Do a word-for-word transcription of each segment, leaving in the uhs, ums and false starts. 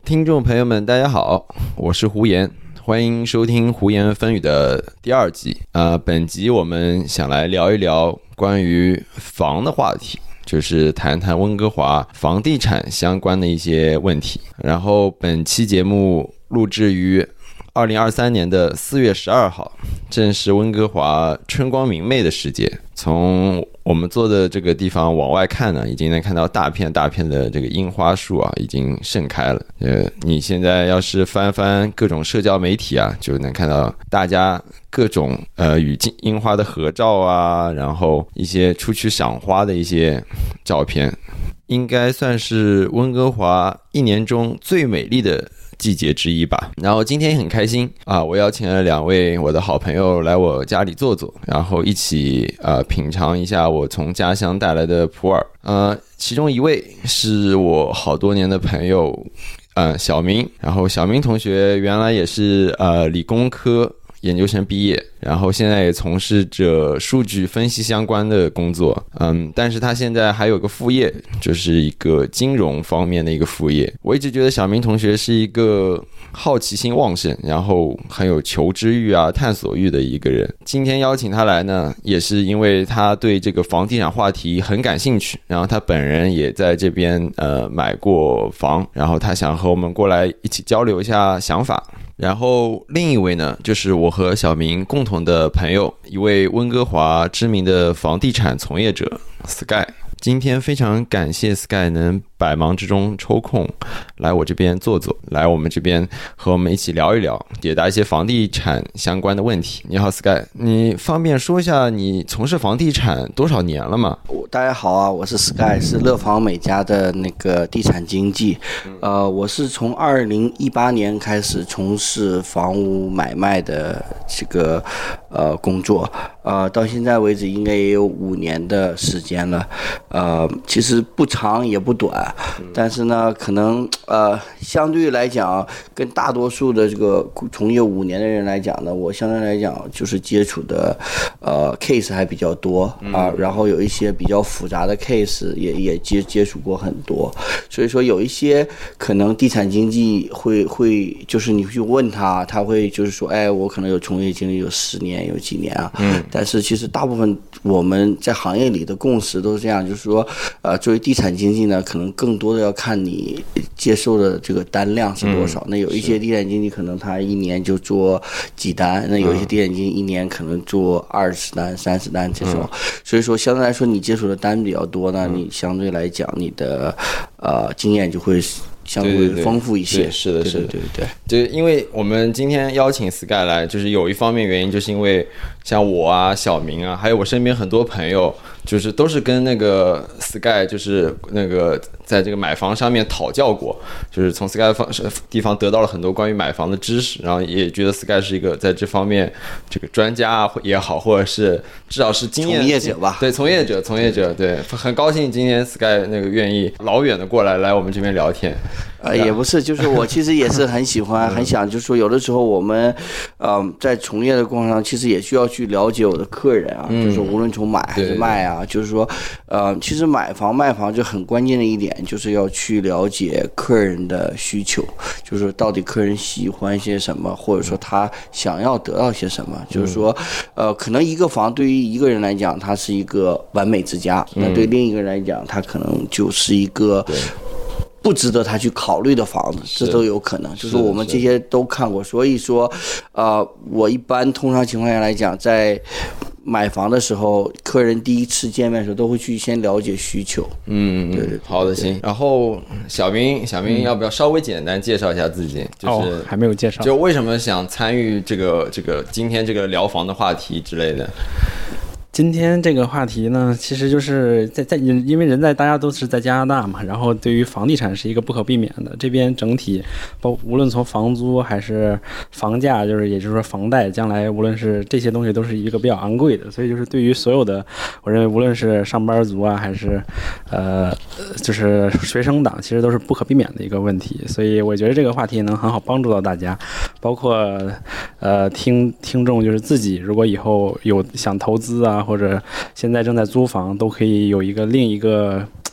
听众朋友们，大家好，我是胡言，欢迎收听胡言风语的第二集。呃，本集我们想来聊一聊关于房的话题，就是谈谈温哥华房地产相关的一些问题。然后本期节目录制于二零二三年的四月十二号，正是温哥华春光明媚的时节。从我们坐的这个地方往外看呢，已经能看到大片大片的这个樱花树啊，已经盛开了。呃，你现在要是翻翻各种社交媒体啊，就能看到大家各种呃与樱花的合照啊，然后一些出去赏花的一些照片，应该算是温哥华一年中最美丽的季节之一吧。然后今天也很开心啊，我邀请了两位我的好朋友来我家里坐坐，然后一起呃品尝一下我从家乡带来的普洱。呃，其中一位是我好多年的朋友，呃小明。然后小明同学原来也是呃理工科研究生毕业，然后现在也从事着数据分析相关的工作，嗯，但是他现在还有个副业，就是一个金融方面的一个副业。我一直觉得小明同学是一个好奇心旺盛，然后很有求知欲啊、探索欲的一个人。今天邀请他来呢，也是因为他对这个房地产话题很感兴趣，然后他本人也在这边呃买过房，然后他想和我们过来一起交流一下想法。然后另一位呢，就是我和小明共同的朋友，一位温哥华知名的房地产从业者 Sky。 今天非常感谢 Sky 能百忙之中抽空来我这边坐坐，来我们这边和我们一起聊一聊，解答一些房地产相关的问题。你好 Sky， 你方便说一下你从事房地产多少年了吗？ 大家好啊，我是 Sky， 是乐房美家的那个地产经纪。呃，我是从二零一八年开始从事房屋买卖的这个呃工作，呃，到现在为止应该也有五年的时间了。呃，其实不长也不短，但是呢，可能呃相对来讲，跟大多数的这个从业五年的人来讲呢，我相对来讲就是接触的呃 case 还比较多啊，然后有一些比较复杂的 case 也也接接触过很多，所以说有一些可能地产经纪会会就是你去问他，他会就是说，哎，我可能有从业经历有十年有几年啊，嗯，但是其实大部分我们在行业里的共识都是这样，就是说，呃，作为地产经纪呢，可能更多的要看你接受的这个单量是多少。嗯、那有一些地产经纪可能他一年就做几单，那有一些地产经纪一年可能做二十单、三十单这种。嗯、所以说，相对来说，你接触的单比较多呢，你相对来讲你的呃经验就会相对丰富一些。 对对对，是的，是的， 对对对。就因为我们今天邀请 Sky 来，就是有一方面原因，就是因为像我啊、小明啊，还有我身边很多朋友，就是都是跟那个 Sky 就是那个在这个买房上面讨教过，就是从 Sky 地方得到了很多关于买房的知识，然后也觉得 Sky 是一个在这方面这个专家也好，或者是至少是经验从业者吧， 对，从业者，从业者，对，很高兴今天 Sky 那个愿意老远的过来来我们这边聊天。 呃，也不是，就是我其实也是很喜欢，很想，就是说有的时候我们，呃，在从业的过程中，其实也需要去了解我的客人啊，就是无论从买还是卖啊，就是说，呃，其实买房卖房就很关键的一点，就是要去了解客人的需求，就是说到底客人喜欢些什么，或者说他想要得到些什么，就是说，呃，可能一个房对于一个人来讲，它是一个完美之家，那对另一个人来讲，它可能就是一个不值得他去考虑的房子，这都有可能，就是我们这些都看过。所以说，呃，我一般通常情况下来讲，在买房的时候，客人第一次见面的时候都会去先了解需求。 嗯，对对，好的，行。然后小明，小明要不要稍微简单介绍一下自己？就是、 哦、还没有介绍， 就为什么想参与这个这个今天这个聊房的话题之类的？ 今天这个话题呢，其实就是在在因为人在大家都是在加拿大嘛，然后对于房地产是一个不可避免的，这边整体包无论从房租还是房价，就是也就是说房贷，将来无论是这些东西都是一个比较昂贵的，所以就是对于所有的，我认为无论是上班族啊，还是呃就是学生党，其实都是不可避免的一个问题，所以我觉得这个话题能很好帮助到大家，包括呃听听众就是自己如果以后有想投资啊，或者现在正在租房，都可以有一个另一个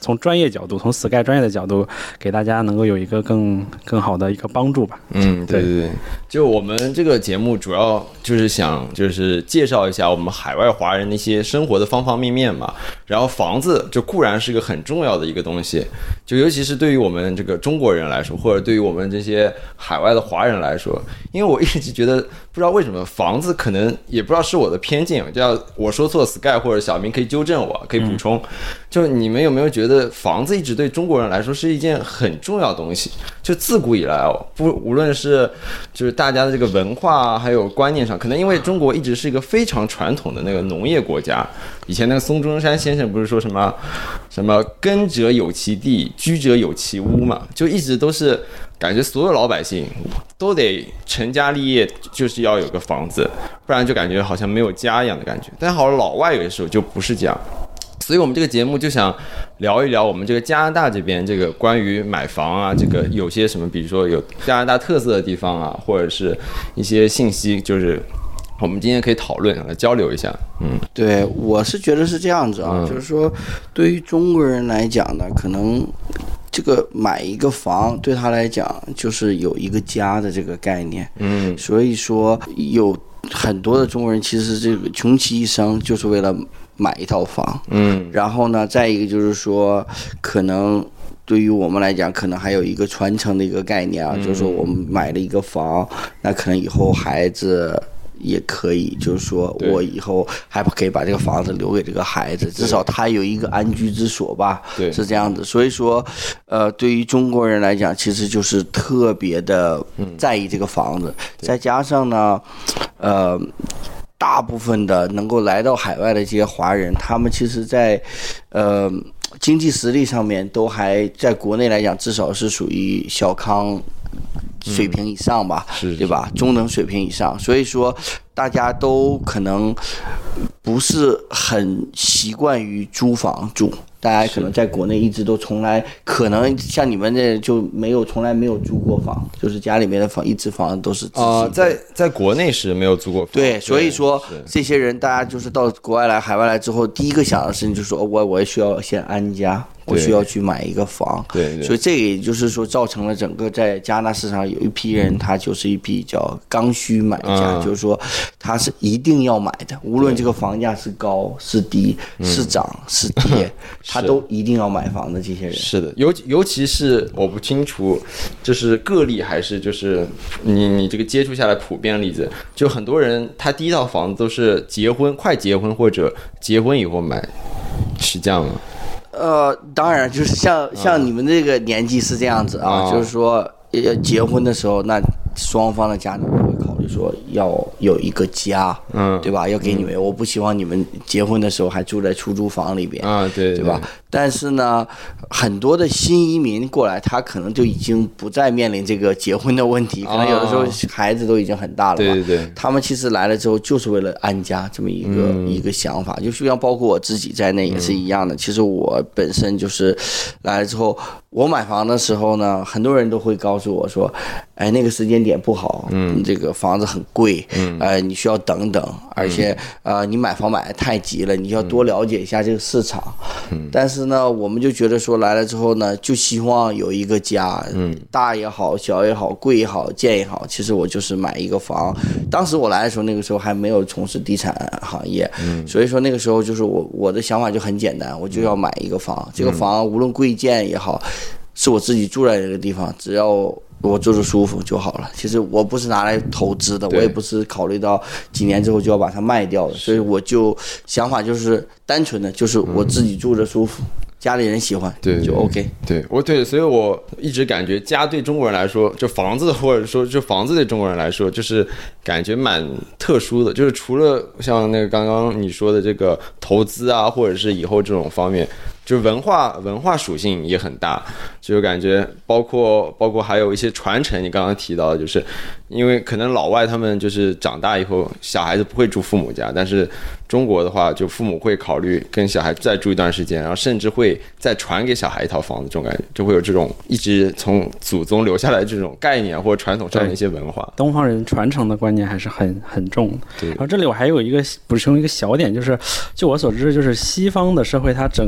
从专业角度，从 Sky 专业的角度，给大家能够有一个更更好的一个帮助吧。 嗯，对对对，就我们这个节目主要就是想就是介绍一下我们海外华人的一些生活的方方面面嘛。然后房子就固然是一个很重要的一个东西，就尤其是对于我们这个中国人来说，或者对于我们这些海外的华人来说，因为我一直觉得不知道为什么房子可能也不知道是我的偏见，就要我说错 Sky 或者小明可以纠正我，可以补充。嗯、就你们有没有觉得房子一直对中国人来说是一件很重要的东西？就自古以来哦，不无论是就是大家的这个文化还有观念上，可能因为中国一直是一个非常传统的那个农业国家。以前那个孙中山先生不是说什么什么耕者有其地，居者有其屋嘛，就一直都是感觉所有老百姓都得成家立业，就是要有个房子，不然就感觉好像没有家一样的感觉。但好像老外有的时候就不是这样。所以我们这个节目就想聊一聊我们这个加拿大这边这个关于买房啊，这个有些什么，比如说有加拿大特色的地方啊，或者是一些信息，就是我们今天可以讨论来交流一下。嗯， 对，我是觉得是这样子啊，嗯、就是说对于中国人来讲呢，可能这个买一个房对他来讲就是有一个家的这个概念。嗯，所以说有很多的中国人其实这个穷其一生就是为了买一套房。嗯，然后呢，再一个就是说，可能对于我们来讲，可能还有一个传承的一个概念啊，嗯、就是说我们买了一个房，那可能以后孩子也可以，就是说我以后还可以把这个房子留给这个孩子，至少他有一个安居之所吧，是这样子。所以说，呃，对于中国人来讲，其实就是特别的在意这个房子，再加上呢，呃。大部分的能够来到海外的这些华人，他们其实在，呃，经济实力上面都还在国内来讲，至少是属于小康水平以上吧，嗯、对吧？中等水平以上，所以说大家都可能不是很习惯于租房住。大家可能在国内一直都从来可能像你们这就没有从来没有租过房，就是家里面的房一直房都是自己的。 呃，在在国内是没有租过房。 对，所以说这些人大家就是到国外来、海外来之后，第一个想的事情就是说，哦、我我也需要先安家。我需要去买一个房， 对对， 所以这个也就是说造成了整个在加拿大市场有一批人，他就是一批叫刚需买家，嗯、就是说他是一定要买的，无论这个房价是高是低，是涨是跌，他都一定要买房的这些人。 是的，尤尤其是我不清楚，这是个例还是就是你你这个接触下来普遍例子，就很多人他第一套房子都是结婚快结婚或者结婚以后买，是这样吗？ 呃，当然，就是像像你们这个年纪是这样子啊，嗯、就是说，要结婚的时候，那双方的家长都会考虑说要有一个家，嗯，对吧？要给你们，嗯、我不希望你们结婚的时候还住在出租房里边， 啊，对， 对吧？但是呢，很多的新移民过来，他可能就已经不再面临这个结婚的问题，可能有的时候孩子都已经很大了嘛。 对对对。 他们其实来了之后就是为了安家这么一个、嗯、一个想法，就像包括我自己在内也是一样的。嗯、其实我本身就是来了之后，我买房的时候呢，很多人都会告诉我说，哎，那个时间点不好，嗯，这个房子很贵，嗯，呃，你需要等等，而且、嗯、呃，你买房买得太急了，你要多了解一下这个市场。嗯，但是呢，我们就觉得说来了之后呢，就希望有一个家，嗯，大也好，小也好，贵也好，贱也好，其实我就是买一个房。当时我来的时候，那个时候还没有从事地产行业，嗯，所以说那个时候就是我我的想法就很简单，我就要买一个房，这个房无论贵贱也好，是我自己住在这个地方，只要我住着舒服就好了。其实我不是拿来投资的，我也不是考虑到几年之后就要把它卖掉的，所以我就想法就是单纯的，就是我自己住着舒服。嗯，家里人喜欢，对，就 OK。 对，我对，所以我一直感觉家对中国人来说，就房子或者说就房子对中国人来说，就是感觉蛮特殊的。就是除了像那个刚刚你说的这个投资啊，或者是以后这种方面，就是文化文化属性也很大。就感觉包括包括还有一些传承，你刚刚提到的，就是因为可能老外他们就是长大以后，小孩子不会住父母家，但是中国的话，就父母会考虑跟小孩再住一段时间，然后甚至会再传给小孩一套房子，这种感觉就会有这种一直从祖宗留下来这种概念或者传统上的一些文化。 东方人传承的观念还是很很重的。对。然后这里我还有一个补充一个小点，就是就我所知，就是西方的社会它整个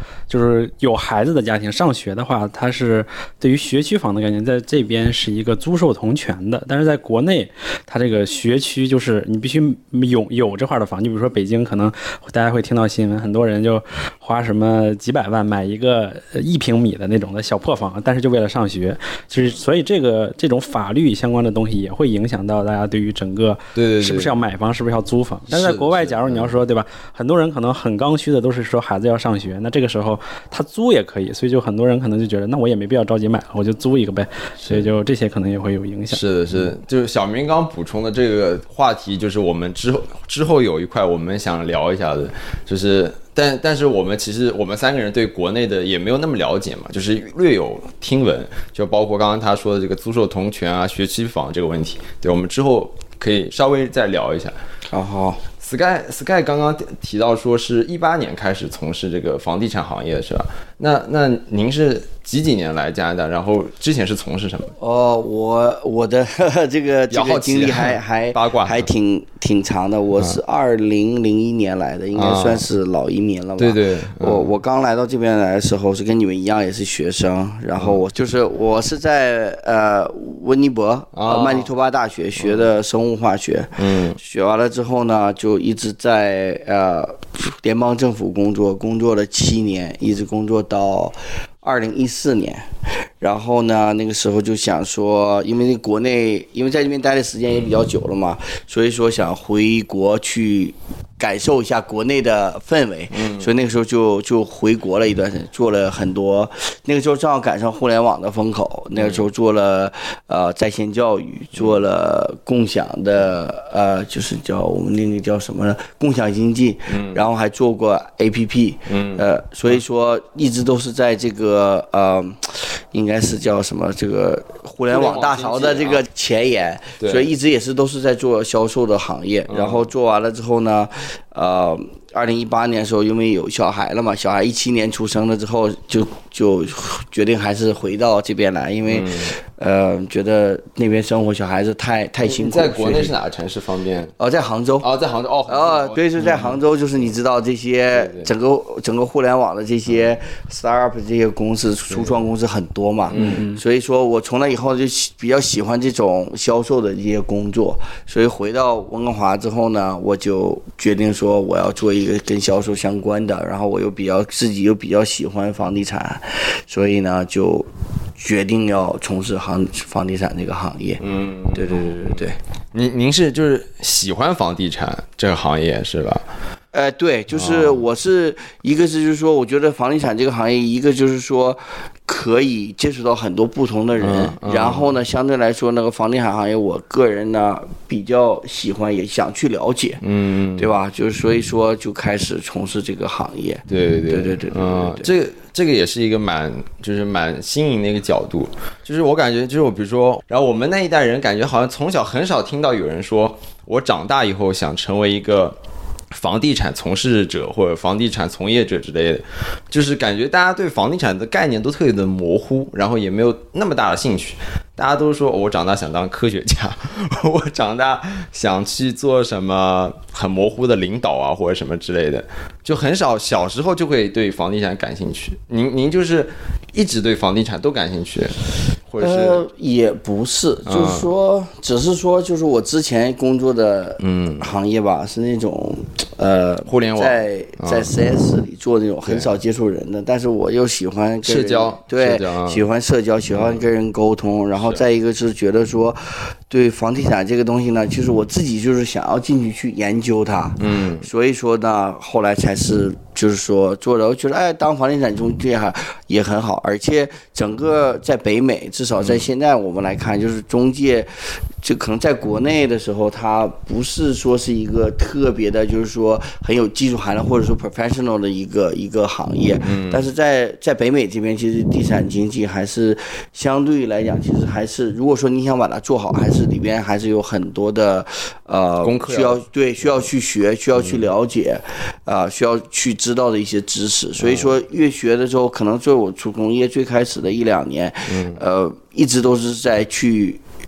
就是有孩子的家庭上学的话，它是对于学区房的概念，在这边是一个租售同权的，但是在国内，它这个学区就是你必须有有这块的房。你比如说北京，可能大家会听到新闻，很多人就花什么几百万买一个一平米的那种的小破房，但是就为了上学，就是所以这个这种法律相关的东西也会影响到大家对于整个对对对是不是要买房，是不是要租房。但是在国外，假如你要说对吧，很多人可能很刚需的都是说孩子要上学，那这个时候他租也可以，所以就很多人可能就觉得那我也没必要着急买了，我就租一个呗，所以就这些可能也会有影响。 是的，是的，就是小明刚补充的这个话题，就是我们之后之后有一块我们想聊一下的，就是但但是我们其实我们三个人对国内的也没有那么了解嘛，就是略有听闻，就包括刚刚他说的这个租售同权啊、学区房这个问题，对，我们之后可以稍微再聊一下。 好好。 Sky Sky 刚刚提到说是一八年开始从事这个房地产行业是吧？那那您是几几年来加拿大？然后之前是从事什么？ 哦，我我的呵呵这个这个经历还还八卦还挺挺长的。我是二零零一年来的，应该算是老移民了吧？ 对对。 嗯、我我刚来到这边来的时候是跟你们一样也是学生，然后我就是我是在呃温尼伯呃曼尼托巴大学学的生物化学， 嗯， 学完了之后呢就一直在呃联邦政府工作，工作了七年，一直工作到二零一四年。然后呢，那个时候就想说，因为国内，因为在这边待的时间也比较久了嘛，所以说想回国去感受一下国内的氛围，嗯、所以那个时候就就回国了一段时间，做了很多。那个时候正好赶上互联网的风口，那个时候做了呃在线教育，做了共享的呃就是叫我们那个叫什么呢？共享经济，嗯、然后还做过 A P P，嗯、呃，所以说一直都是在这个呃应该是叫什么这个互联网大潮的这个前沿，所以一直也是都是在做销售的行业。然后做完了之后呢，呃，二零一八年的时候，因为有小孩了嘛，小孩一七年出生了之后，就就决定还是回到这边来，因为、嗯、呃觉得那边生活小孩子太太辛苦。 在国内是哪个城市方便？ 哦，在杭州。 哦，在杭州。哦， 哦，对，是在杭州，就是你知道这些整个整个互联网的这些 startup 这些公司、初创公司很多嘛，嗯，所以说我从那以后就比较喜欢这种销售的这些工作，所以回到温哥华之后呢，我就决定说我要做一个跟销售相关的，然后我又比较自己又比较喜欢房地产，所以呢就决定要从事行房地产这个行业。嗯，对对对对对。 您您是就是喜欢房地产这个行业是吧？ 呃，对，就是我是一个是就是说，我觉得房地产这个行业，一个就是说可以接触到很多不同的人，嗯嗯、然后呢，相对来说那个房地产行业，我个人呢比较喜欢，也想去了解，嗯，对吧？就是所以说就开始从事这个行业。 对对对对对对对， 嗯，这个这个也是一个蛮就是蛮新颖的一个角度，就是我感觉就是我比如说，然后我们那一代人感觉好像从小很少听到有人说我长大以后想成为一个房地产从事者或者房地产从业者之类的，就是感觉大家对房地产的概念都特别的模糊，然后也没有那么大的兴趣。大家都说、哦、我长大想当科学家，我长大想去做什么很模糊的领导啊或者什么之类的，就很少小时候就会对房地产感兴趣。您您就是一直对房地产都感兴趣，或者是、 呃、也不是，就是说、嗯、只是说就是我之前工作的行业吧、嗯、是那种呃互联网， 在在实验室里做那种很少接触人的，但是我又喜欢跟社交， 对社交、啊、 喜欢社交，喜欢跟人沟通、嗯、然后再一个是觉得说对房地产这个东西呢，其实我自己就是想要进去去研究它，嗯，所以说呢后来才是就是说做的，我觉得哎当房地产中介还也很好，而且整个在北美至少在现在我们来看，就是中介就可能在国内的时候它不是说是一个特别的就是说很有技术含量或者说 professional 的一个一个行业，嗯，但是在在北美这边其实地产经济还是相对来讲其实还是如果说你想把它做好，还是里边还是有很多的呃功课需要对需要去学需要去了解啊、呃、需要去知道的一些知识，所以说越学的时候可能作为我从业最开始的一两年，嗯，呃一直都是在去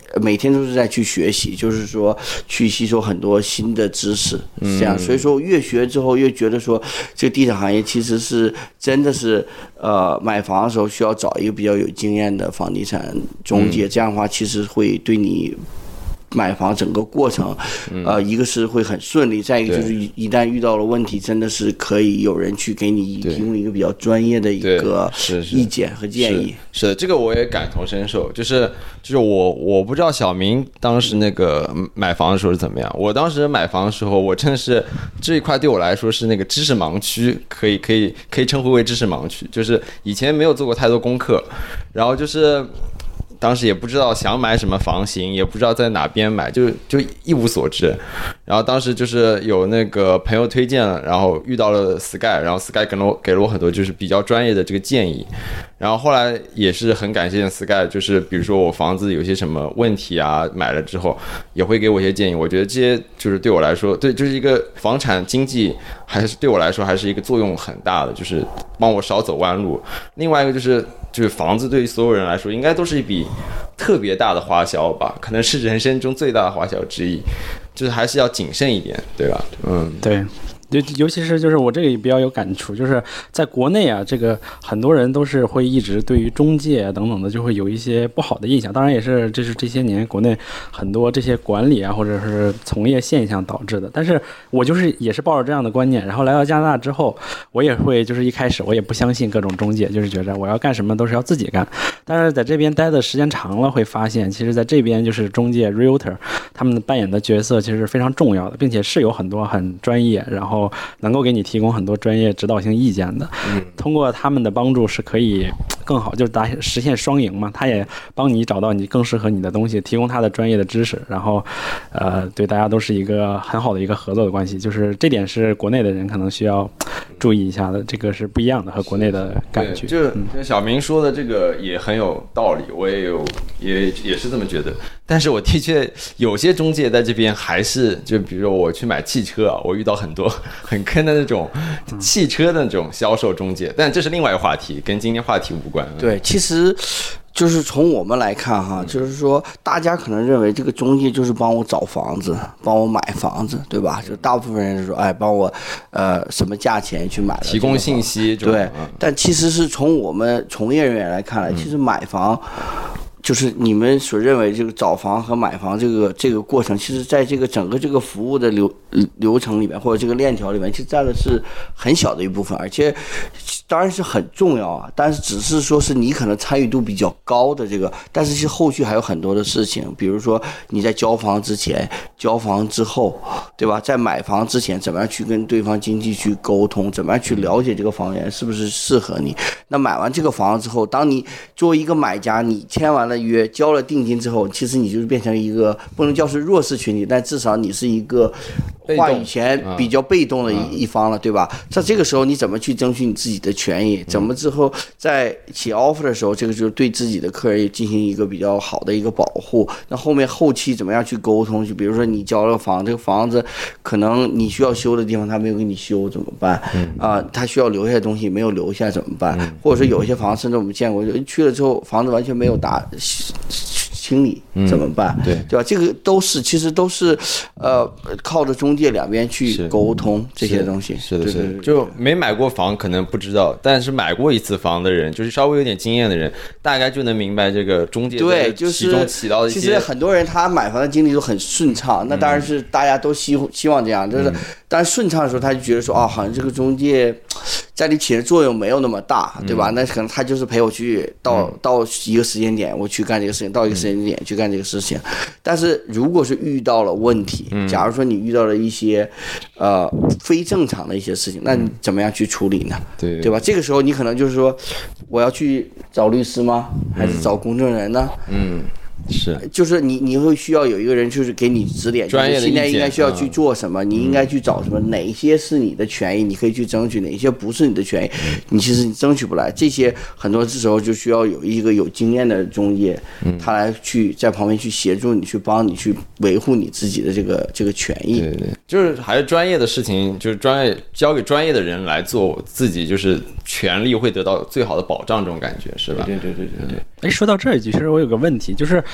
每天都是在去学习，就是说去吸收很多新的知识，这样。所以说越学之后越觉得说，这个地产行业其实是真的是呃买房的时候需要找一个比较有经验的房地产中介，这样的话其实会对你买房整个过程，呃，一个是会很顺利，再一个就是一旦遇到了问题，真的是可以有人去给你提供一个比较专业的一个意见和建议。 是, 是的，这个我也感同身受。就是就是我我不知道小明当时那个买房的时候是怎么样。我当时买房的时候，我真的是这一块对我来说是那个知识盲区，可以可以可以称呼为知识盲区。就是以前没有做过太多功课，然后就是。当时也不知道想买什么房型，也不知道在哪边买，就就一无所知。然后当时就是有那个朋友推荐了，然后遇到了 Sky， 然后 Sky 给了我给了我很多就是比较专业的这个建议。然后后来也是很感谢 Sky， 就是比如说我房子有些什么问题啊，买了之后也会给我一些建议。我觉得这些就是对我来说，对，就是一个房产经济还是对我来说还是一个作用很大的，就是帮我少走弯路。另外一个就是就是房子对于所有人来说应该都是一笔特别大的花销吧，可能是人生中最大的花销之一，就是还是要谨慎一点，对吧？嗯， 对。尤尤其是就是我这个也比较有感触，就是在国内啊，这个很多人都是会一直对于中介啊等等的就会有一些不好的印象，当然也是这是这些年国内很多这些管理啊或者是从业现象导致的。但是我就是也是抱着这样的观念，然后来到加拿大之后，我也会就是一开始我也不相信各种中介，就是觉得我要干什么都是要自己干。但是在这边待的时间长了，会发现其实在这边就是中介 realtor 他们扮演的角色其实是非常重要的，并且是有很多很专业，然后能够给你提供很多专业指导性意见的。通过他们的帮助是可以更好，就是达实现双赢嘛。他也帮你找到你更适合你的东西，提供他的专业的知识，然后呃，对大家都是一个很好的一个合作的关系。就是这点是国内的人可能需要注意一下的，这个是不一样的和国内的感觉。 就就小明说的这个也很有道理，我也有也也是这么觉得。但是我的确有些中介在这边还是，就比如说我去买汽车啊，我遇到很多很坑的那种汽车的那种销售中介，但这是另外一个话题，跟今天话题无关。 对，其实就是从我们来看哈，就是说大家可能认为这个中介就是帮我找房子，帮我买房子，对吧？就大部分人说，哎，帮我呃什么价钱去买了， 提供信息。 对，但其实是从我们从业人员来看来，其实买房。就是你们所认为这个找房和买房这个这个过程，其实在这个整个这个服务的流流程里面，或者这个链条里面，其实占的是很小的一部分，而且当然是很重要啊。但是只是说是你可能参与度比较高的这个，但是其实后续还有很多的事情，比如说你在交房之前、交房之后，对吧？在买房之前，怎么样去跟对方经纪去沟通，怎么样去了解这个房源是不是适合你？那买完这个房之后，当你作为一个买家，你签完了约交了定金之后，其实你就是变成一个不能叫是弱势群体，但至少你是一个话语权比较被动的一一方了，对吧？在这个时候你怎么去争取你自己的权益？怎么之后在起 offer 的时候，这个就是对自己的客人进行一个比较好的一个保护。那后面后期怎么样去沟通？就比如说你交了房，这个房子可能你需要修的地方他没有给你修怎么办？啊、呃，他需要留下的东西没有留下怎么办？或者说有一些房甚至我们见过，去了之后房子完全没有打清理怎么办？嗯、对对吧？这个都是其实都是呃靠着中介两边去沟通这些东西。 是的，是的，就没买过房可能不知道，但是买过一次房的人，就是稍微有点经验的人，大概就能明白这个中介在其中起到的一些。 其实很多人他买房的经历都很顺畅，那当然是大家都希希望这样，就是但是顺畅的时候他就觉得说啊，好像这个中介在你起的作用没有那么大，对吧？那可能他就是陪我去到到一个时间点，我去干这个事情，到一个时间点去干这个事情。但是如果是遇到了问题，假如说你遇到了一些呃非正常的一些事情，那你怎么样去处理呢？ 对对吧？这个时候你可能就是说，我要去找律师吗？还是找公证人呢？ 嗯。是， 就是你你会需要有一个人，就是给你指点， 专业的意见， 现在应该需要去做什么，嗯、你应该去找什么，哪一些是你的权益，你可以去争取，哪一些不是你的权益，你其实你争取不来。这些很多时候就需要有一个有经验的中介，嗯、他来去在旁边去协助你，去帮你去维护你自己的这个这个权益。 对对，就是还是专业的事情，就是专业交给专业的人来做，自己就是权利会得到最好的保障，这种感觉是吧？ 对对对对对。 哎，说到这一句，其实我有个问题，就是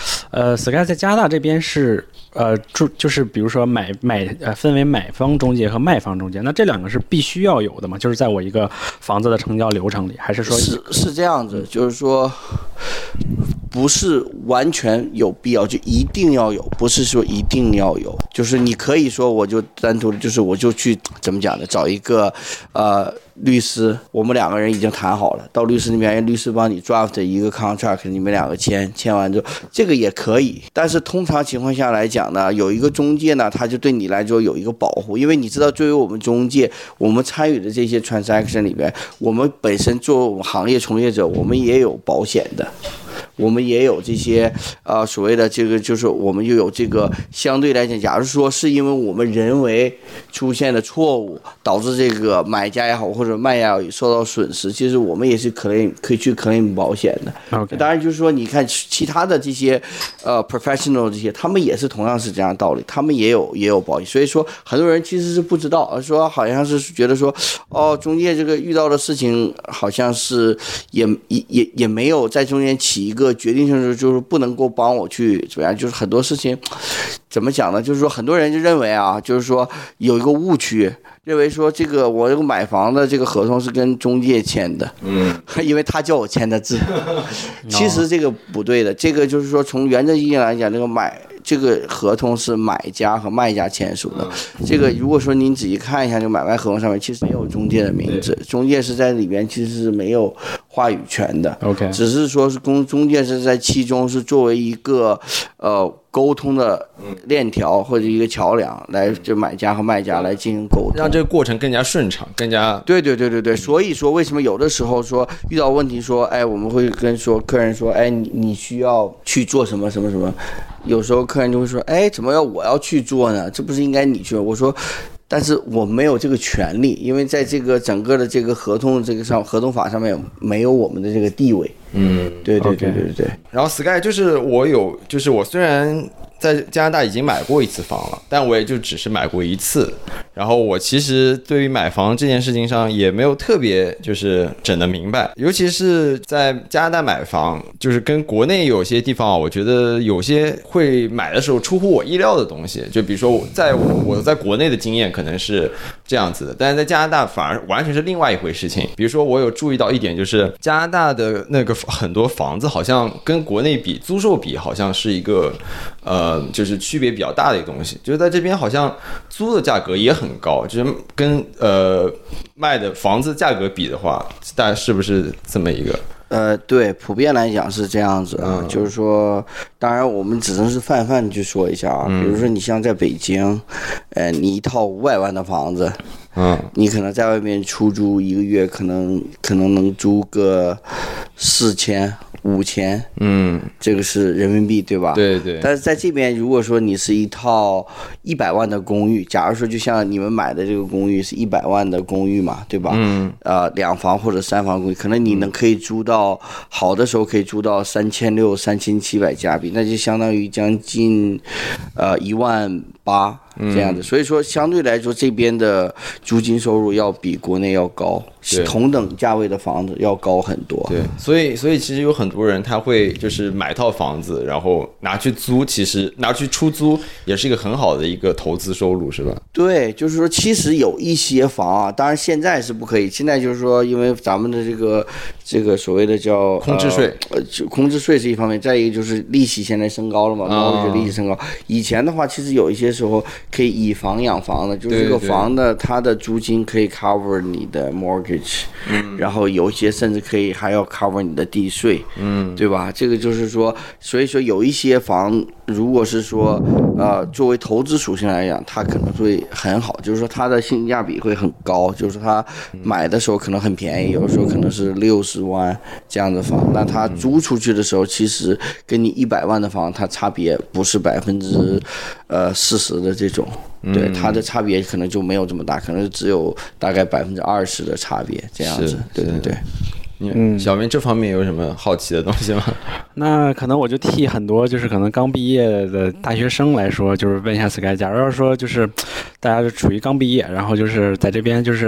呃 ，Sky 在加拿大这边是呃，就就是比如说买买呃，分为买方中介和卖方中介，那这两个是必须要有的吗？就是在我一个房子的成交流程里，还是说是是这样子，就是说不是完全有必要就一定要有，不是说一定要有，就是你可以说我就单独就是我就去怎么讲呢？找一个呃律师，我们两个人已经谈好了，到律师那边，律师帮你 draft 一个 contract， 你们两个签，签完之后这个也可以，但是通常情况下来讲呢，有一个中介呢，他就对你来说有一个保护，因为你知道，作为我们中介，我们参与的这些 transaction 里边，我们本身作为我们行业从业者，我们也有保险的。我们也有这些呃所谓的这个，就是我们又有这个相对来讲，假如说是因为我们人为出现的错误导致这个买家也好或者卖家受到损失，其实我们也是可以可以去 claim 保险的。 Okay. 当然就是说，你看其他的这些呃 professional 这些，他们也是同样是这样的道理，他们也有也有保险。所以说，很多人其实是不知道，说好像是觉得说，哦，中介这个遇到的事情好像是也也也也没有在中间起一个。决定性就是不能够帮我去怎么样，就是很多事情怎么讲呢？就是说很多人就认为啊，就是说有一个误区，认为说这个我这个买房的这个合同是跟中介签的，嗯，因为他叫我签的字，其实这个不对的。这个就是说从原则意义来讲，这个买。这个合同是买家和卖家签署的。这个如果说您仔细看一下，这个买卖合同上面其实没有中介的名字，中介是在里边其实是没有话语权的。 OK， 只是说是公中介是在其中是作为一个呃沟通的链条或者一个桥梁，来就买家和卖家来进行沟通， 让这个过程更加顺畅，更加对对对对对。所以说为什么有的时候说遇到问题说，哎，我们会跟说客人说，哎，你你需要去做什么什么什么。有时候客人就会说，哎，怎么要我要去做呢？这不是应该你去？我说，但是我没有这个权利，因为在这个整个的这个合同这个上合同法上面没有我们的这个地位。嗯，对对对对对。 然后 Sky 就是我有，就是我虽然在加拿大已经买过一次房了，但我也就只是买过一次。然后我其实对于买房这件事情上也没有特别就是整得明白，尤其是在加拿大买房，就是跟国内有些地方，我觉得有些会买的时候出乎我意料的东西。就比如说在我我在国内的经验可能是这样子的，但是在加拿大反而完全是另外一回事情。比如说我有注意到一点，就是加拿大的那个很多房子好像跟国内比，租售比好像是一个呃就是区别比较大的一个东西，就是在这边好像租的价格也很高，就是跟呃卖的房子价格比的话，大概是不是这么一个？ 呃，对，普遍来讲是这样子啊，嗯、就是说，当然我们只能是泛泛去说一下啊，嗯、比如说你像在北京，呃，你一套五百万的房子，嗯，你可能在外面出租一个月，可能可能能租个四千。五千，嗯，这个是人民币，对吧？ 对对。 但是在这边，如果说你是一套一百万的公寓，假如说就像你们买的这个公寓是一百万的公寓嘛，对吧？嗯。呃，两房或者三房公寓，可能你能可以租到好的时候可以租到三千六、三千七百加币，那就相当于将近呃一万八。这样子，所以说相对来说，这边的租金收入要比国内要高，同等价位的房子要高很多。 对，所以所以其实有很多人他会就是买套房子，然后拿去租，其实拿去出租也是一个很好的一个投资收入，是吧？ 对，就是说，其实有一些房啊，当然现在是不可以，现在就是说，因为咱们的这个这个所谓的叫空置税， 呃，就空置税是一方面，再一个就是利息现在升高了嘛，然后就利息升高。以前的话，其实有一些时候。可以以房养房的，就是这个房的它的租金可以 cover 你的 mortgage，嗯，然后有一些甚至可以还要 cover 你的地税，嗯，对吧？这个就是说，所以说有一些房，如果是说呃作为投资属性来讲，它可能会很好，就是说它的性价比会很高，就是它买的时候可能很便宜，有的时候可能是六十万这样的房，那它租出去的时候，其实跟你一百万的房，它差别不是百分之呃四十的这种。对，它的差别可能就没有这么大，可能只有大概百分之二十的差别这样子。对对对。 嗯，小明这方面有什么好奇的东西吗？ 那可能我就替很多就是可能刚毕业的大学生来说，就是问一下 Sky， 假如要说就是大家就处于刚毕业，然后就是在这边就是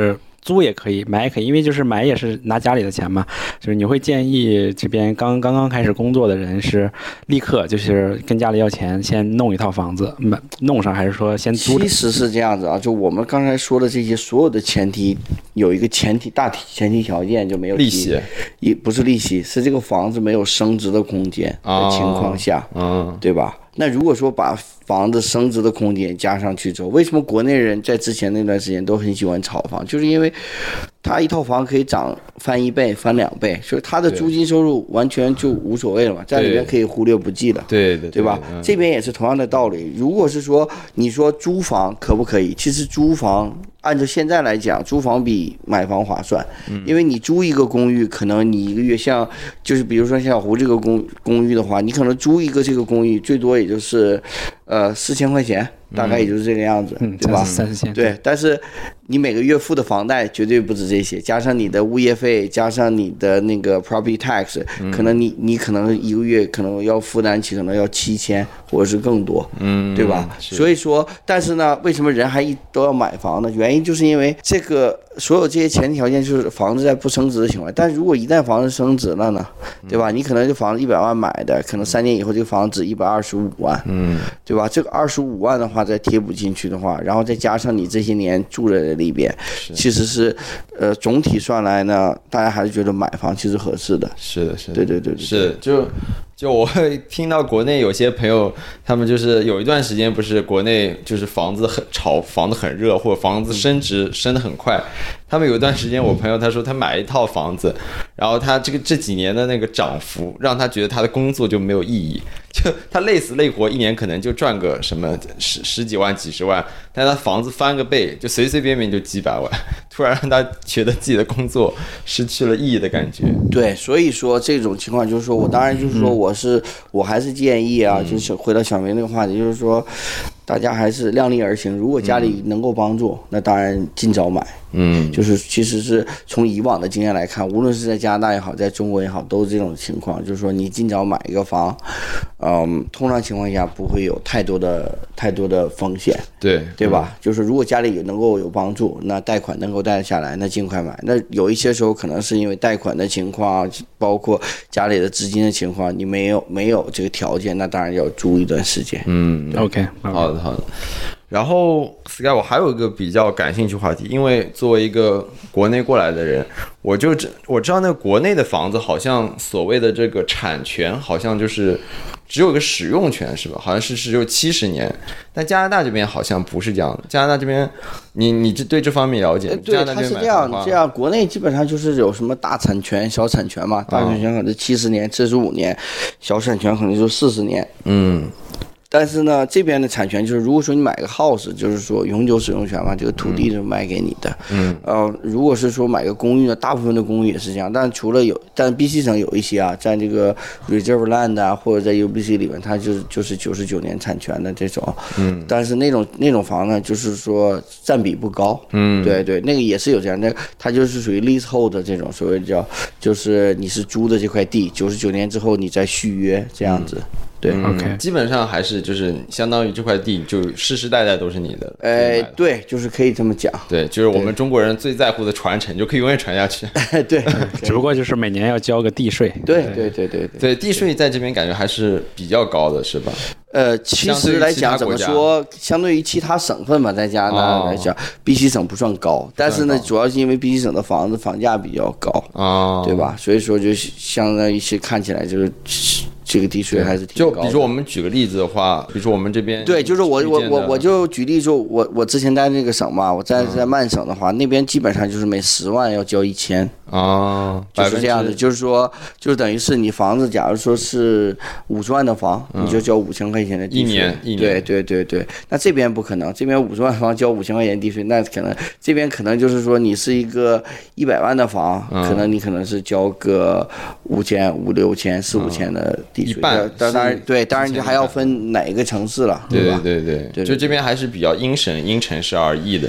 租也可以，买也可以，因为就是买也是拿家里的钱嘛。就是你会建议这边刚刚刚开始工作的人是立刻就是跟家里要钱，先弄一套房子，买弄上，还是说先租？ 其实是这样子啊，就我们刚才说的这些所有的前提，有一个前提大前提条件就没有利息， 也不是利息，是这个房子没有升值的空间的情况下， 嗯， 对吧？那如果说把房子升值的空间加上去之后，为什么国内人在之前那段时间都很喜欢炒房？就是因为他一套房可以涨翻一倍、翻两倍，所以他的租金收入完全就无所谓了嘛，在里面可以忽略不计了， 对对对吧？ 嗯、 这边也是同样的道理。如果是说你说租房可不可以？其实租房按照现在来讲，租房比买房划算，因为你租一个公寓，可能你一个月像就是比如说像小胡这个公公寓的话，你可能租一个这个公寓最多也就是呃四千块钱。大概也就是这个样子， 嗯、 对吧？ 三四千。 对，但是你每个月付的房贷绝对不止这些，加上你的物业费，加上你的那个 property tax，、嗯、可能你你可能一个月可能要负担起，可能要七千或者是更多， 嗯， 对吧？所以说，但是呢，为什么人还一都要买房呢？原因就是因为这个所有这些前提条件就是房子在不升值的情况下，但是如果一旦房子升值了呢，对吧？你可能这房子一百万买的，可能三年以后这个房子值一百二十五万， 嗯， 对吧？这个二十五万的话再贴补进去的话，然后再加上你这些年住在里边，其实是，呃，总体算来呢，大家还是觉得买房其实合适的。 是的，是的， 对对 对, 对, 对是就。就我会听到国内有些朋友，他们就是有一段时间不是国内就是房子很炒，房子很热，或者房子升值升得很快。他们有一段时间，我朋友他说他买一套房子，然后他这个这几年的那个涨幅，让他觉得他的工作就没有意义，就他累死累活一年可能就赚个什么十十几万、几十万，但他房子翻个倍，就随随便便就几百万，突然让他觉得自己的工作失去了意义的感觉。 对，所以说这种情况就是说我当然就是说我是、嗯、我还是建议啊，就是回到小明那个话题，就是说大家还是量力而行。如果家里能够帮助，那当然尽早买。 嗯， 就是其实是从以往的经验来看，无论是在加拿大也好，在中国也好，都是这种情况。就是说你尽早买一个房，嗯，通常情况下不会有太多的太多的风险， 对对吧？嗯、就是如果家里能够有帮助，那贷款能够贷得下来，那尽快买。那有一些时候可能是因为贷款的情况，包括家里的资金的情况，你没有没有这个条件，那当然要租一段时间。 嗯 ，OK， 好的好的。然后 Sky， 我还有一个比较感兴趣话题，因为作为一个国内过来的人，我就我知道那个国内的房子好像所谓的这个产权好像就是只有一个使用权是吧？好像是只有七十年，但加拿大这边好像不是这样的。加拿大这边，你你这对这方面了解？ 对，它是这样这样。国内基本上就是有什么大产权、小产权嘛，大产权可能是七十年、四十五年，小产权可能就四十年。 嗯。 但是呢，这边的产权就是，如果说你买个 house， 就是说永久使用权嘛，这个土地是卖给你的。 嗯。 呃，如果是说买个公寓呢，大部分的公寓也是这样，但除了有，但 B C 省有一些啊，在这个 reserve land 啊，或者在 U B C 里面，它就是就是九十九年产权的这种。 嗯。 但是那种那种房呢，就是说占比不高。 嗯。 对对，那个也是有这样，那它就是属于 leasehold 的这种，所谓叫就是你是租的这块地，九十九年之后你再续约这样子。嗯对、 嗯、 ，OK， 基本上还是就是相当于这块地就世世代代都是你的。 哎，对，就是可以这么讲。 对，就是我们中国人最在乎的传承，就可以永远传下去。 对， 只不过就是每年要交个地税。 对对对对对， 对地税在这边感觉还是比较高的，是吧？ 呃，其实来讲怎么说，相对于其他省份嘛，在加拿大来讲、哦、，B C 省不算高，但是呢，主要是因为 B C 省的房子房价比较高啊、哦， 对吧？所以说就相当于是看起来就是这个地税还是挺高的。 就比如说我们举个例子的话，比如说我们这边对，就是我我我我就举例说，我我之前在那个省嘛，我在在曼省的话，嗯、那边基本上就是每十万要交一千啊， 就是这样的，就是说就是等于是你房子，假如说是五十万的房，嗯、你就交五千块钱的地税， 一年一年， 对对对对。那这边不可能，这边五十万房交五千块钱地税，那可能这边可能就是说你是一个一百万的房，嗯、可能你可能是交个五千、五六千、四五千的地税， 一半。 当然对，当然就还要分哪一个城市了， 对吧？ 对对对，就这边还是比较因省因城市而异的。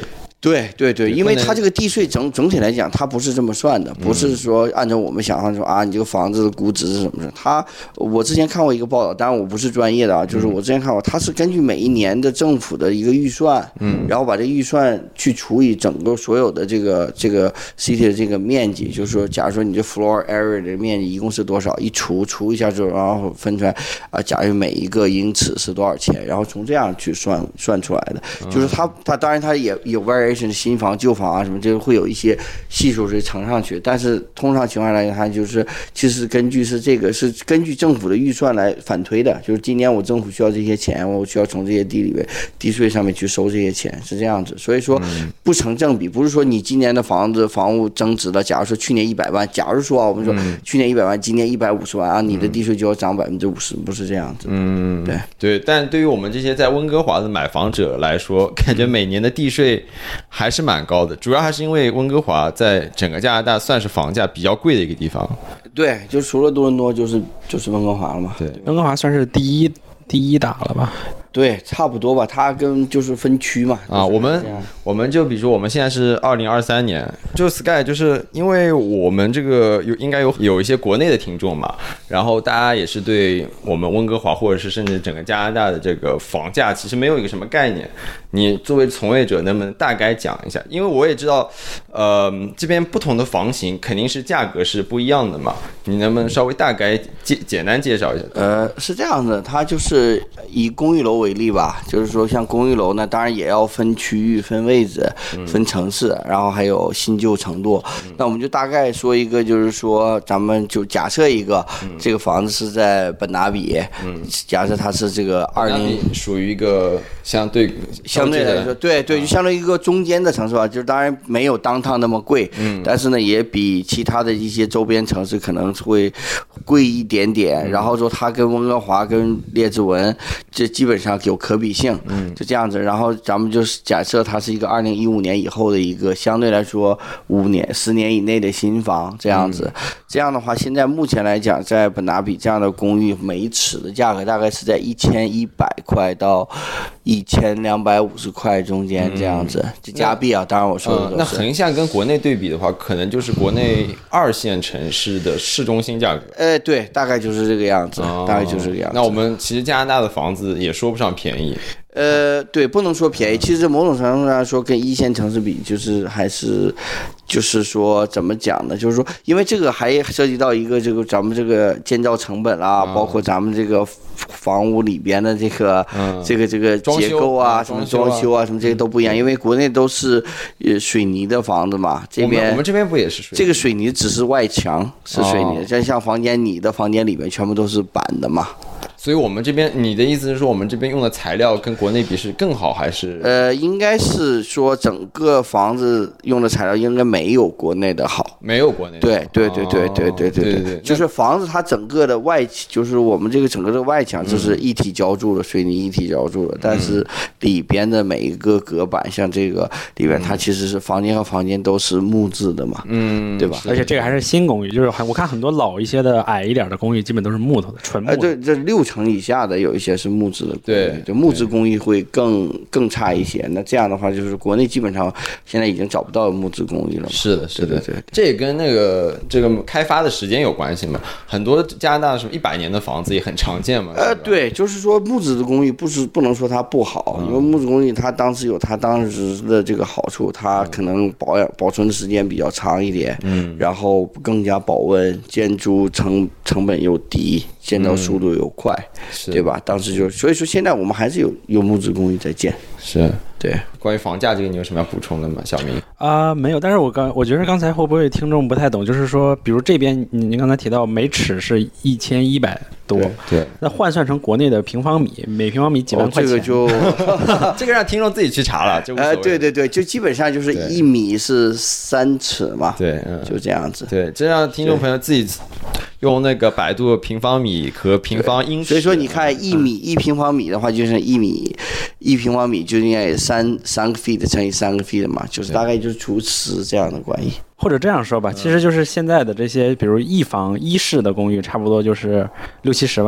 对对对，因为它这个地税整整体来讲，它不是这么算的，不是说按照我们想象说啊，你这个房子的估值是什么的。它我之前看过一个报道，当然我不是专业的啊，就是我之前看过，它是根据每一年的政府的一个预算，嗯，然后把这预算去除以整个所有的这个这个 city 的这个面积，就是说，假如说你这 floor area 的面积一共是多少，一除除一下之后，然后分出来啊，假如每一个英尺是多少钱，然后从这样去算算出来的，就是它它当然它也有 variation， 新房旧房啊什么，这个会有一些系数是乘上去，但是通常情况来讲，它就是其实根据是这个是根据政府的预算来反推的，就是今年我政府需要这些钱，我需要从这些地里面地税上面去收这些钱，是这样子，所以说不成正比，不是说你今年的房子房屋增值了，假如说去年一百万，假如说啊我们说去年一百万，今年一百五十万啊，你的地税就要涨百分之五十，不是这样子。 嗯， 对对，但对于我们这些在温哥华的买房者来说，感觉每年的地税还是蛮高的，主要还是因为温哥华在整个加拿大算是房价比较贵的一个地方。 对，就除了多伦多就是就是温哥华了嘛。 对， 温哥华算是第一第一打了吧？ 对，差不多吧，它跟就是分区嘛。 啊，我们我们就比如说我们现在是二零二三年，就 Sky 就是因为我们这个有应该有有一些国内的听众嘛，然后大家也是对我们温哥华或者是甚至整个加拿大的这个房价其实没有一个什么概念。你作为从业者能不能大概讲一下？因为我也知道，呃，这边不同的房型肯定是价格是不一样的嘛，你能不能稍微大概简简单介绍一下？ 呃，是这样的，它就是以公寓楼为例吧，就是说像公寓楼呢，当然也要分区域、分位置、分城市，然后还有新旧程度。那我们就大概说一个，就是说咱们就假设一个，这个房子是在本达比，假设它是这个二零属于一个相对相对来说，对对，就相当于一个中间的城市吧，就是当然没有downtown那么贵，嗯，但是呢也比其他的一些周边城市可能会贵一点点。然后说它跟温哥华、跟列治文这基本上有可比性，嗯，就这样子。然后咱们就是假设它是一个二零一五年以后的一个相对来说五年、十年以内的新房这样子。这样的话，现在目前来讲，在本达比这样的公寓，每尺的价格大概是在一千一百块到一千两百五十块中间这样子，这加币啊，当然我说的都是。 那横向跟国内对比的话，可能就是国内二线城市的市中心价格。 呃，对，大概就是这个样子，哦、大概就是这个样子。 那我们其实加拿大的房子也说不上便宜。 呃，对，不能说便宜，其实某种程度上说，跟一线城市比，就是还是，就是说怎么讲呢？就是说，因为这个还涉及到一个这个咱们这个建造成本啦，嗯、包括咱们这个房屋里边的这个、嗯、这个这个结构啊，什么装修啊，什么这些都不一样。因为国内都是呃水泥的房子嘛，这边我们我们这边不也是水泥？ 这个水泥只是外墙是水泥的，像、哦、像房间，你的房间里面全部都是板的嘛。 所以我们这边，你的意思是说，我们这边用的材料跟国内比是更好，还是？ 呃，应该是说整个房子用的材料应该没有国内的好， 没有国内的好。 对对对对对对对对对， 就是房子它整个的外，就是我们这个整个的外墙就是一体浇筑的，水泥一体浇筑的，但是里边的每一个隔板，像这个里边，它其实是房间和房间都是木质的嘛，嗯，对吧？ 而且这个还是新公寓，就是我看很多老一些的矮一点的公寓，基本都是木头的，纯木的。 呃，对，这六层以下的有一些是木质的公寓，对，就木质公寓会更更差一些。那这样的话，就是国内基本上现在已经找不到木质公寓了嘛。 是的，是的， 对对对， 这也跟那个这个开发的时间有关系嘛。很多加拿大什么一百年的房子也很常见嘛。 呃，对，就是说木质的公寓不是不能说它不好，嗯、因为木质公寓它当时有它当时的这个好处，它可能保养保存的时间比较长一点，嗯，然后更加保温，建筑成成本又低。建造速度又快，嗯、对吧？当时就所以说，现在我们还是有有木质公寓在建。 是， 对。 关于房价这个，你有什么要补充的吗，小明？ 啊、呃，没有。但是我刚我觉得刚才会不会听众不太懂？就是说，比如这边您刚才提到每尺是一千一百多， 对，对那换算成国内的平方米，每平方米几万块钱， 哦、这个就这个让听众自己去查了，就无所谓。 呃，对对对，就基本上就是一米是三尺嘛， 对，嗯， 就这样子。 对，这让听众朋友自己用那个百度平方米和平方英尺。 所以说，你看一米一平方米的话，就是一米一平方米就应该有三三个 feet 乘以三个 feet 嘛，就是大概就是除十这样的关系。 或者这样说吧，其实就是现在的这些，比如一房一室的公寓，差不多就是六七十万。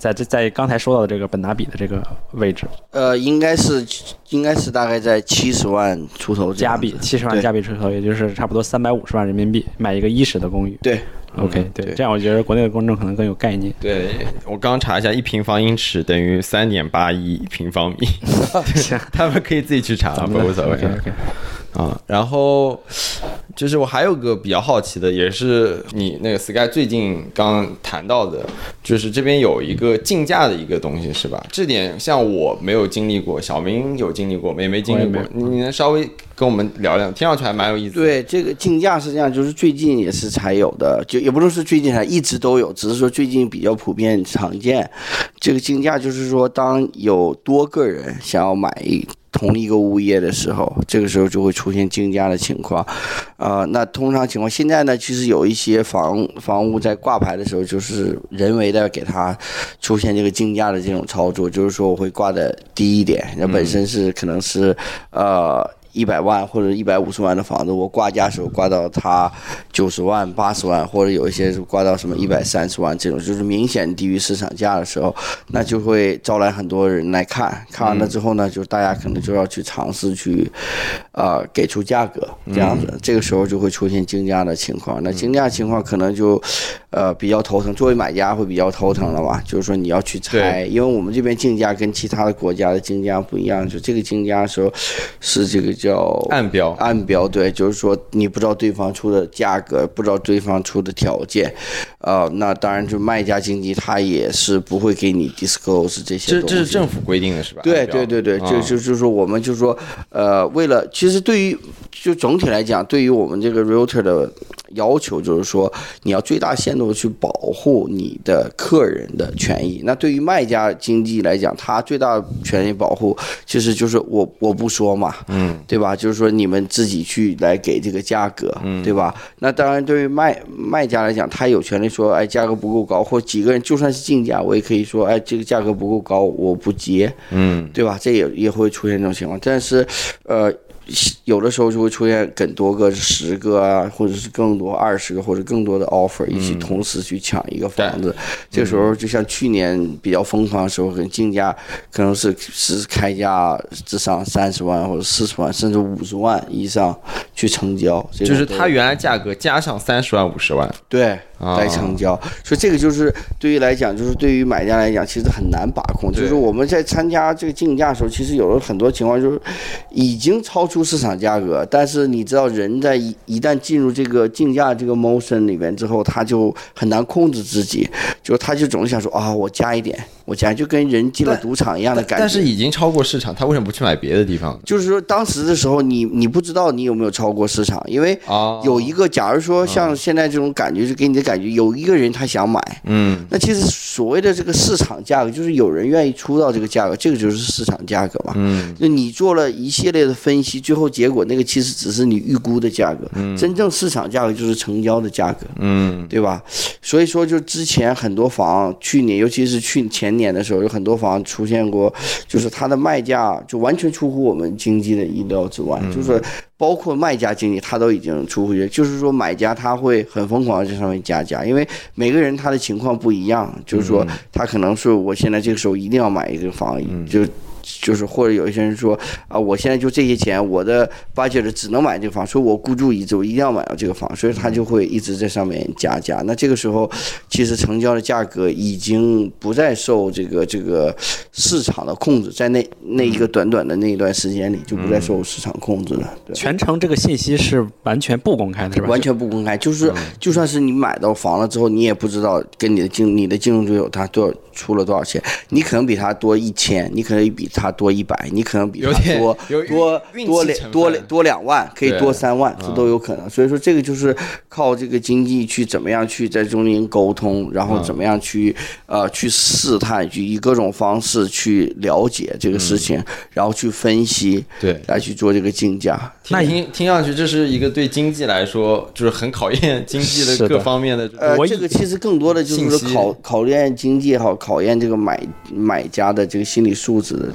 在在在刚才说到的这个本达比的这个位置， 呃，应该是应该是大概在七十万出头加币，七十万加币出头，也就是差不多三百五十万人民币买一个一室的公寓。 对。 OK， 嗯、 对，这样我觉得国内的观众可能更有概念。 对，我刚查一下，一平方英尺等于三点八一平方米，他们可以自己去查，不无所谓。 OK OK。 啊，然后就是我还有个比较好奇的，也是你那个 Sky 最近刚谈到的，就是这边有一个竞价的一个东西，是吧？这点像我没有经历过，小明有经历过，没没经历过，你能稍微跟我们聊聊？听上去还蛮有意思的。 对，这个竞价是这样，就是最近也是才有的，就也不是说最近才，一直都有，只是说最近比较普遍常见。这个竞价就是说，当有多个人想要买一同一个物业的时候，这个时候就会出现竞价的情况，啊、呃，那通常情况现在呢，其实有一些房房屋在挂牌的时候，就是人为的给它出现这个竞价的这种操作，就是说我会挂的低一点，那本身是可能是呃。一百万或者一百五十万的房子，我挂价时候挂到它九十万、八十万，或者有一些是挂到什么一百三十万这种，就是明显低于市场价的时候，那就会招来很多人来看。看完了之后呢，就大家可能就要去尝试去，呃，给出价格这样子。这个时候就会出现竞价的情况。那竞价情况可能就，呃，比较头疼。作为买家会比较头疼了吧？就是说你要去猜，因为我们这边竞价跟其他的国家的竞价不一样，就这个竞价的时候是这个。叫暗标， 暗标对，就是说你不知道对方出的价格，不知道对方出的条件，呃，那当然就卖家经济他也是不会给你 disclose 这些东西。 这这是政府规定的是吧？ 对对对对，就就就是说我们就是说，呃，为了其实对于就总体来讲，对于我们这个 realtor 的要求就是说，你要最大限度的去保护你的客人的权益。那对于卖家经济来讲，他最大的权益保护其实就是我我不说嘛，嗯。对吧？就是说你们自己去来给这个价格，对吧？那当然，对于卖卖家来讲，他有权利说，哎，价格不够高，或几个人就算是竞价，我也可以说，哎，这个价格不够高，我不接，嗯，对吧？这也也会出现这种情况。但是，呃。有的时候就会出现更多个十个啊，或者是更多二十个或者更多的 offer 一起同时去抢一个房子。嗯、这个时候就像去年比较疯狂的时候，跟竞价可能是是开价至少三十万或者四十万甚至五十万以上去成交。 就是它原来价格加上三十万五十万。 对。来成交，所以这个就是对于来讲，就是对于买家来讲，其实很难把控。就是我们在参加这个竞价的时候，其实有了很多情况，就是已经超出市场价格，但是你知道，人在一一旦进入这个竞价这个 motion 里面之后，他就很难控制自己，就他就总是想说啊，我加一点，我加，就跟人进了赌场一样的感觉。 但是已经超过市场，他为什么不去买别的地方？ 就是说，当时的时候你，你你不知道你有没有超过市场，因为有一个，假如说像现在这种感觉，就给你的感觉，有一个人他想买，嗯，那其实所谓的这个市场价格，就是有人愿意出到这个价格，这个就是市场价格嘛，嗯，就你做了一系列的分析，最后结果那个其实只是你预估的价格，嗯，真正市场价格就是成交的价格，嗯，对吧？所以说，就之前很多房，去年尤其是去前年的时候，有很多房出现过，就是它的卖价就完全出乎我们经济的意料之外，嗯、就是包括卖家经济，他都已经出乎意料，就是说买家他会很疯狂的在上面加价，因为每个人他的情况不一样，就是说他可能是我现在这个时候一定要买一个房，嗯、就。就是或者有一些人说啊，我现在就这些钱，我的 budget 只能买这个房，所以我孤注一掷，我一定要买到这个房，所以他就会一直在上面加价。那这个时候，其实成交的价格已经不再受这个这个市场的控制，在那那一个短短的那一段时间里，就不再受市场控制了。对， 全程这个信息是完全不公开的，是吧？ 完全不公开，就是就算是你买到房了之后，你也不知道跟你的竞你的竞争对手他多少出了多少钱，你可能比他多一千，你可能比他多一百，你可能比他多多多两多多两万，可以多三万，这都有可能。所以说这个就是靠这个经济去怎么样去在中间沟通，然后怎么样去呃去试探，去以各种方式去了解这个事情，然后去分析， 对， 来去做这个竞价。 那听听上去这是一个对经济来说就是很考验经济的各方面的。 呃，这个其实更多的就是考考验经济也好，考验这个买买家的这个心理素质的这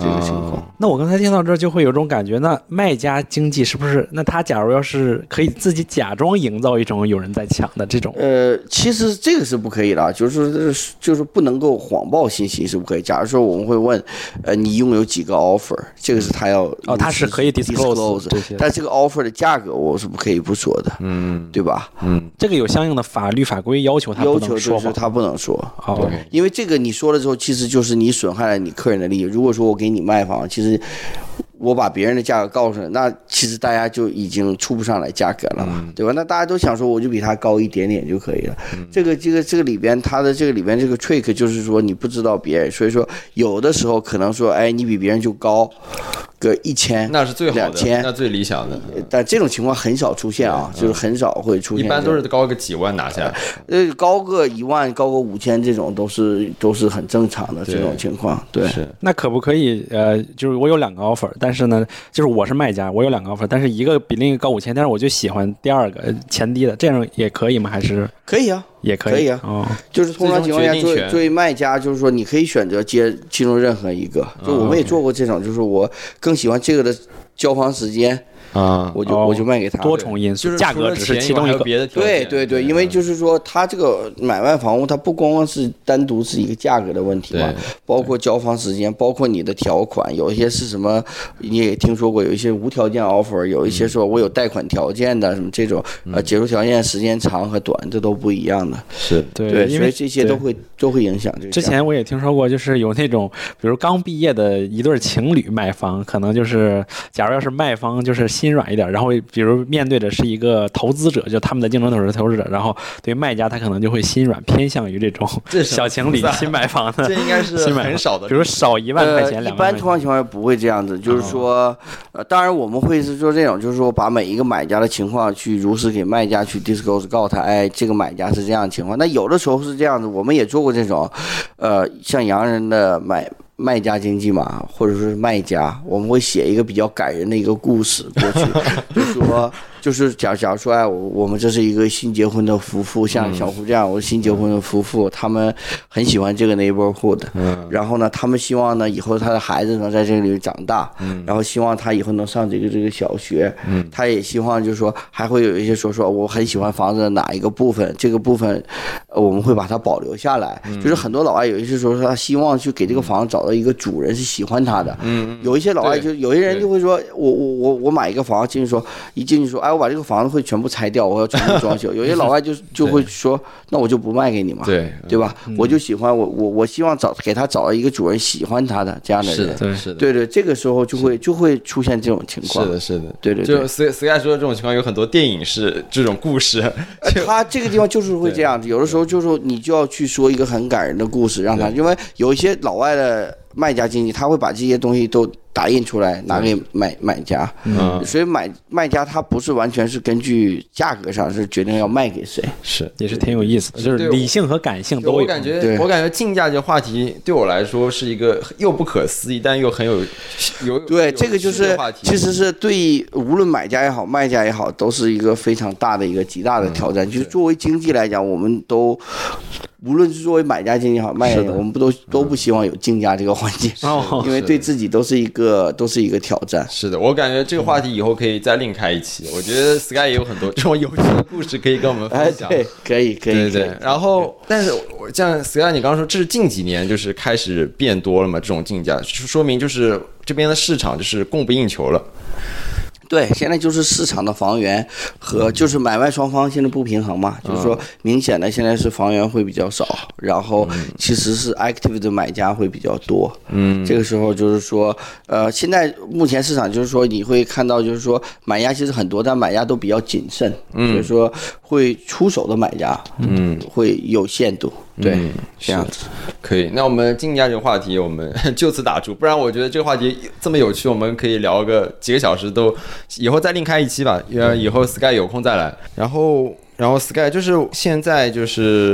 个情况。 那我刚才听到这儿就会有种感觉，那卖家经济是不是？那他假如要是可以自己假装营造一种有人在抢的这种， 呃，其实这个是不可以的，就是说就是不能够谎报信息是不可以。假如说我们会问，呃，你拥有几个 offer， 这个是他要哦，他是可以 disclose 这些，但这个 offer 的价格我是不可以不说的，嗯，对吧？ 嗯，这个有相应的法律法规要求他不能说谎， 要求就是他不能说， 哦， 因为这个你说了之后，其实就是你损害了你客人的利益。如果说我给你卖房，其实我把别人的价格告诉你，那其实大家就已经出不上来价格了嘛，嗯、对吧？那大家都想说，我就比他高一点点就可以了。嗯、这个这个这个里边，它的这个里边这个 trick 就是说你不知道别人，所以说有的时候可能说，哎，你比别人就高个一千， 那是最好的， 两千， 那最理想的。 但这种情况很少出现啊，嗯、就是很少会出现。 一般都是高个几万拿下来， 呃，高个一万，高个五千，这种都是都是很正常的这种情况。对， 是。 那可不可以？呃，就是我有两个 offer， 但是呢，就是我是卖家，我有两个 offer， 但是一个比另一个高五千，但是我就喜欢第二个前低的，这样也可以吗？还是可以啊？ 也可以， 可以啊， 哦， 就是通常情况下，作为作为卖家，就是说你可以选择接其中任何一个。就我们也做过这种，就是我更喜欢这个的交房时间。啊，我就、哦、我就卖给他。 多重因素， 就是价格只是其中一个。 别的对对对，因为就是说，它这个买卖房屋，它不光光是单独是一个价格的问题嘛，包括交房时间，包括你的条款，有一些是什么，你也听说过，有一些无条件 offer， 有一些说我有贷款条件的，什么这种，嗯、呃，解除条件时间长和短，这都不一样的。 是对， 对， 因为所以这些都会都会影响这个。 之前我也听说过，就是有那种，比如刚毕业的一对情侣卖房，可能就是假如要是卖方就是心软一点，然后比如面对的是一个投资者，就他们的竞争对手是投资者，然后对于卖家他可能就会心软，偏向于这种小情侣新买房的， 这应该是很少的， 比如少一万块钱， 呃、一般通常情况下不会这样子，就是说，呃，当然我们会是做这种，就是说把每一个买家的情况去如实给卖家去 disclose， 告诉他，哎，这个买家是这样的情况。那有的时候是这样子，我们也做过这种，呃，像洋人的买。卖家经济嘛，或者是卖家，我们会写一个比较感人的一个故事过去，就说就是假假如说哎，我我们这是一个新结婚的夫妇，像小胡这样，我新结婚的夫妇，他们很喜欢这个 neighborhood，嗯，然后呢，他们希望呢以后他的孩子能在这里长大，嗯，然后希望他以后能上这个这个小学，嗯，他也希望就是说还会有一些说说我很喜欢房子的哪一个部分，这个部分我们会把它保留下来，嗯，就是很多老外有一些说说他希望去给这个房子找到一个主人是喜欢他的，嗯，有一些老外就有些人就会说，我我我我买一个房进去说，一进去说，哎，我把这个房子会全部拆掉，我要重新装修。有些老外就就会说，那我就不卖给你嘛， 对对吧？嗯、我就喜欢我我我希望找给他找到一个主人喜欢他的这样的人， 是的，对是的， 对对，这个时候就会就会出现这种情况， 是的，是的， 对对对。 就 Sky 说的这种情况，有很多电影是这种故事， 他这个地方就是会这样子，有的时候就是你就要去说一个很感人的故事，让他，因为有一些老外的卖家经济，他会把这些东西都打印出来拿给买买家，嗯，所以买卖家他不是完全是根据价格上是决定要卖给谁， 是也是挺有意思的，就是理性和感性都有。 我感觉我感觉竞价这个话题对我来说是一个又不可思议，但又很有有对这个就是其实是对无论买家也好卖家也好都是一个非常大的一个极大的挑战。嗯、就是作为经济来讲，我们都无论是作为买家经济也好卖家，我们不都都不希望有竞价这个环节，哦、因为对自己都是一个。个都是一个挑战。 是的，我感觉这个话题以后可以再另开一期。我觉得 Sky 也有很多这种有趣的故事可以跟我们分享。 哎、对，可以，可以， 对对。然后，但是我像 Sky 你刚刚说，这是近几年就是开始变多了嘛？这种竞价，说明就是这边的市场就是供不应求了。 对，现在就是市场的房源和就是买卖双方现在不平衡嘛，嗯、就是说明显的现在是房源会比较少，然后其实是 active 的买家会比较多。嗯，这个时候就是说，呃，现在目前市场就是说你会看到就是说买家其实很多，但买家都比较谨慎，嗯，所以说会出手的买家，嗯，会有限度。对，嗯、这样子可以。那我们竞价这个话题，我们就此打住。不然我觉得这个话题这么有趣，我们可以聊个几个小时都，以后再另开一期吧。因为以后 Sky 有空再来。然后，然后 Sky 就是现在就是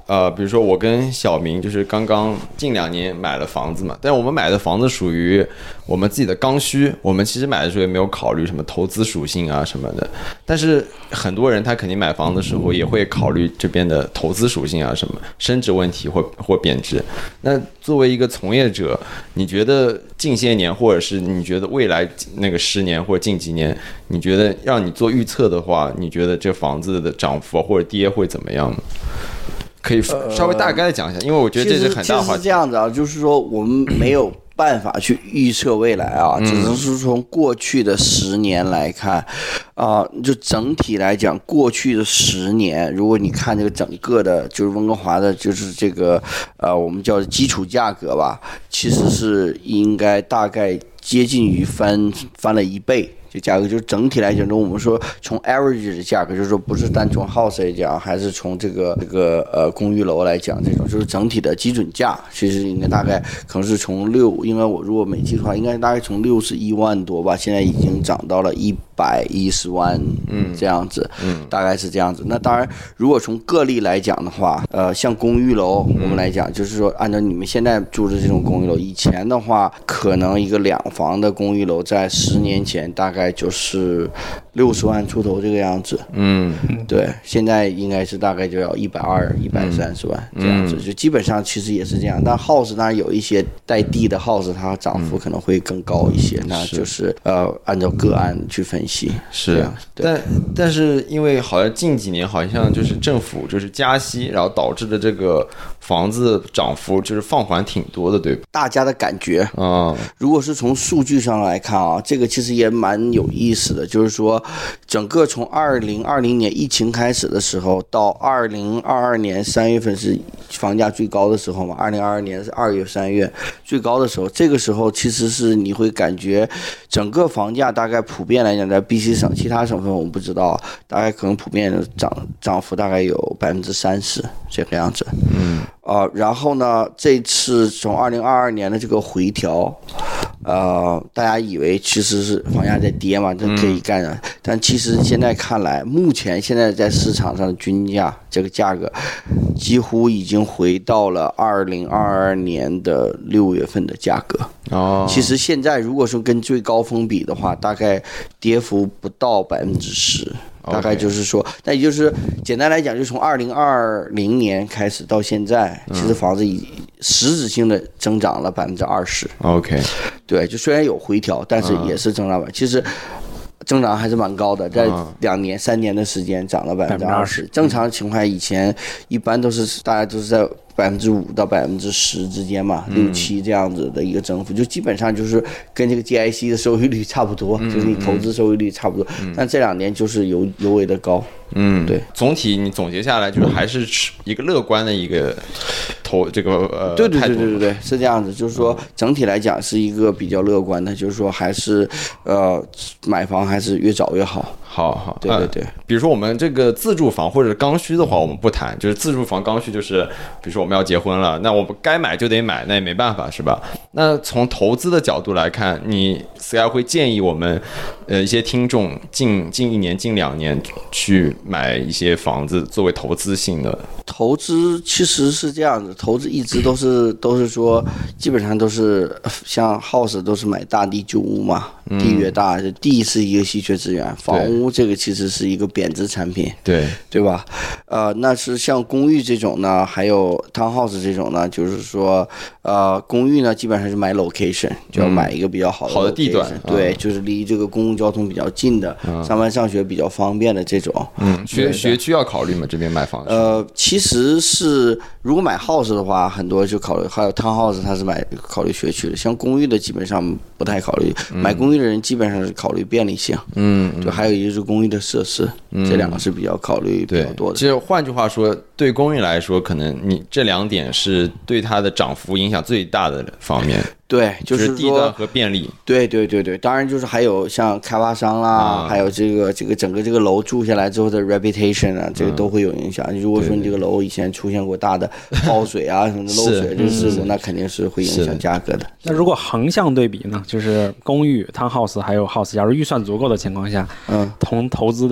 呃，比如说我跟小明就是刚刚近两年买了房子嘛，但是我们买的房子属于我们自己的刚需，我们其实买的时候也没有考虑什么投资属性啊什么的。但是很多人他肯定买房的时候也会考虑这边的投资属性啊什么升值问题或或贬值。那作为一个从业者，你觉得近些年或者是你觉得未来那个十年或者近几年，你觉得让你做预测的话，你觉得这房子的涨幅或者跌会怎么样呢？可以稍微大概的讲一下，因为我觉得这是很大的话题。 其实是这样子啊，就是说我们没有办法去预测未来啊，只能是从过去的十年来看，啊、呃，就整体来讲，过去的十年，如果你看这个整个的，就是温哥华的，就是这个呃，我们叫基础价格吧，其实是应该大概接近于翻翻了一倍。这价格就是整体来讲，我们说从 average 的价格，就是说不是单从 house 来讲，还是从这个这个呃公寓楼来讲，这种就是整体的基准价，其实应该大概可能是从六，因为我如果没记错的话，应该大概从六十一万多吧，现在已经涨到了一百一十万，嗯，这样子，嗯，大概是这样子。那当然，如果从个例来讲的话，呃，像公寓楼我们来讲，就是说按照你们现在住的这种公寓楼，以前的话，可能一个两房的公寓楼在十年前大概就是六十万出头这个样子，嗯，对，现在应该是大概就要一百二、一百三十万这样子，就基本上其实也是这样。但 house 当然有一些带地的 house， 它涨幅可能会更高一些，那就是呃按照个案去分析。 是，但但是因为好像近几年好像就是政府就是加息，然后导致的这个房子涨幅就是放缓挺多的，对吧？ 大家的感觉啊，如果是从数据上来看啊，这个其实也蛮有意思的，就是说整个从二零二零年疫情开始的时候到二零二二年三月份是房价最高的时候嘛，二零二二年是二月三月最高的时候，这个时候其实是你会感觉整个房价大概普遍来讲，在 B C 省其他省份我不知道，大概可能普遍的涨涨幅大概有百分之三十这个样子，嗯。呃，然后呢，这次从二零二二年的这个回调，呃，大家以为其实是房价在跌嘛，这可以干的，嗯，但其实现在看来，目前现在在市场上的均价这个价格，几乎已经回到了二零二二年的六月份的价格。哦，其实现在如果说跟最高峰比的话，大概跌幅不到百分之十。大概就是说，那也就是简单来讲，就从二零二零年开始到现在，其实房子以实质性的增长了百分之二十。 OK， 对，就虽然有回调，但是也是增长吧。其实增长还是蛮高的，在两年、三年的时间涨了百分之二十。正常情况以前一般都是大家都是在百分之五到百分之十之间嘛，六七这样子的一个增幅，就基本上就是跟这个 G I C 的收益率差不多，就是你投资收益率差不多。但这两年就是尤尤为的高。 嗯， 对， 总体你总结下来就是还是一个乐观的一个投这个呃对对对对对对是这样子，就是说整体来讲是一个比较乐观的，就是说还是呃买房还是越早越好。 好好， 对对对、呃。 比如说我们这个自住房或者刚需的话，我们不谈，就是自住房刚需，就是比如说我们要结婚了，那我们该买就得买，那也没办法，是吧？那从投资的角度来看，你 Sky 会建议我们呃一些听众近近一年、近两年去买一些房子作为投资性的。 投资其实是这样子，投资一直都是都是说，基本上都是像 house 都是买大地旧屋嘛，地越大，嗯、地是一个稀缺资源，房屋这个其实是一个贬值产品， 对对吧？呃，那是像公寓这种呢，还有 townhouse 这种呢，就是说，呃，公寓呢基本上是买 location， 就要买一个比较好的 location、嗯、 好的地段， 对，嗯、就是离这个公共交通比较近的，嗯、上班上学比较方便的这种。 嗯，学学区要考虑吗？这边买房？ 呃，其实是如果买 house 的话，很多就考虑，还有 townhouse 它是买考虑学区的，像公寓的基本上不太考虑。嗯、买公寓的人基本上是考虑便利性，嗯，对，还有一个是公寓的设施，嗯、这两个是比较考虑比较多的。 其实换句话说，对公寓来说，可能你这两点是对它的涨幅影响最大的方面。 对，就是地段和便利。 对对对对，当然就是还有像开发商啦，啊、还有这个这个整个这个楼住下来之后的 reputation 啊，这个都会有影响。嗯、如果说你这个楼以前出现过大的泡水啊什么的漏水这个事故，那肯定是会影响价格的。 那如果横向对比呢？就是公寓、townhouse还有 house， 假如预算足够的情况下，嗯，从投资的角度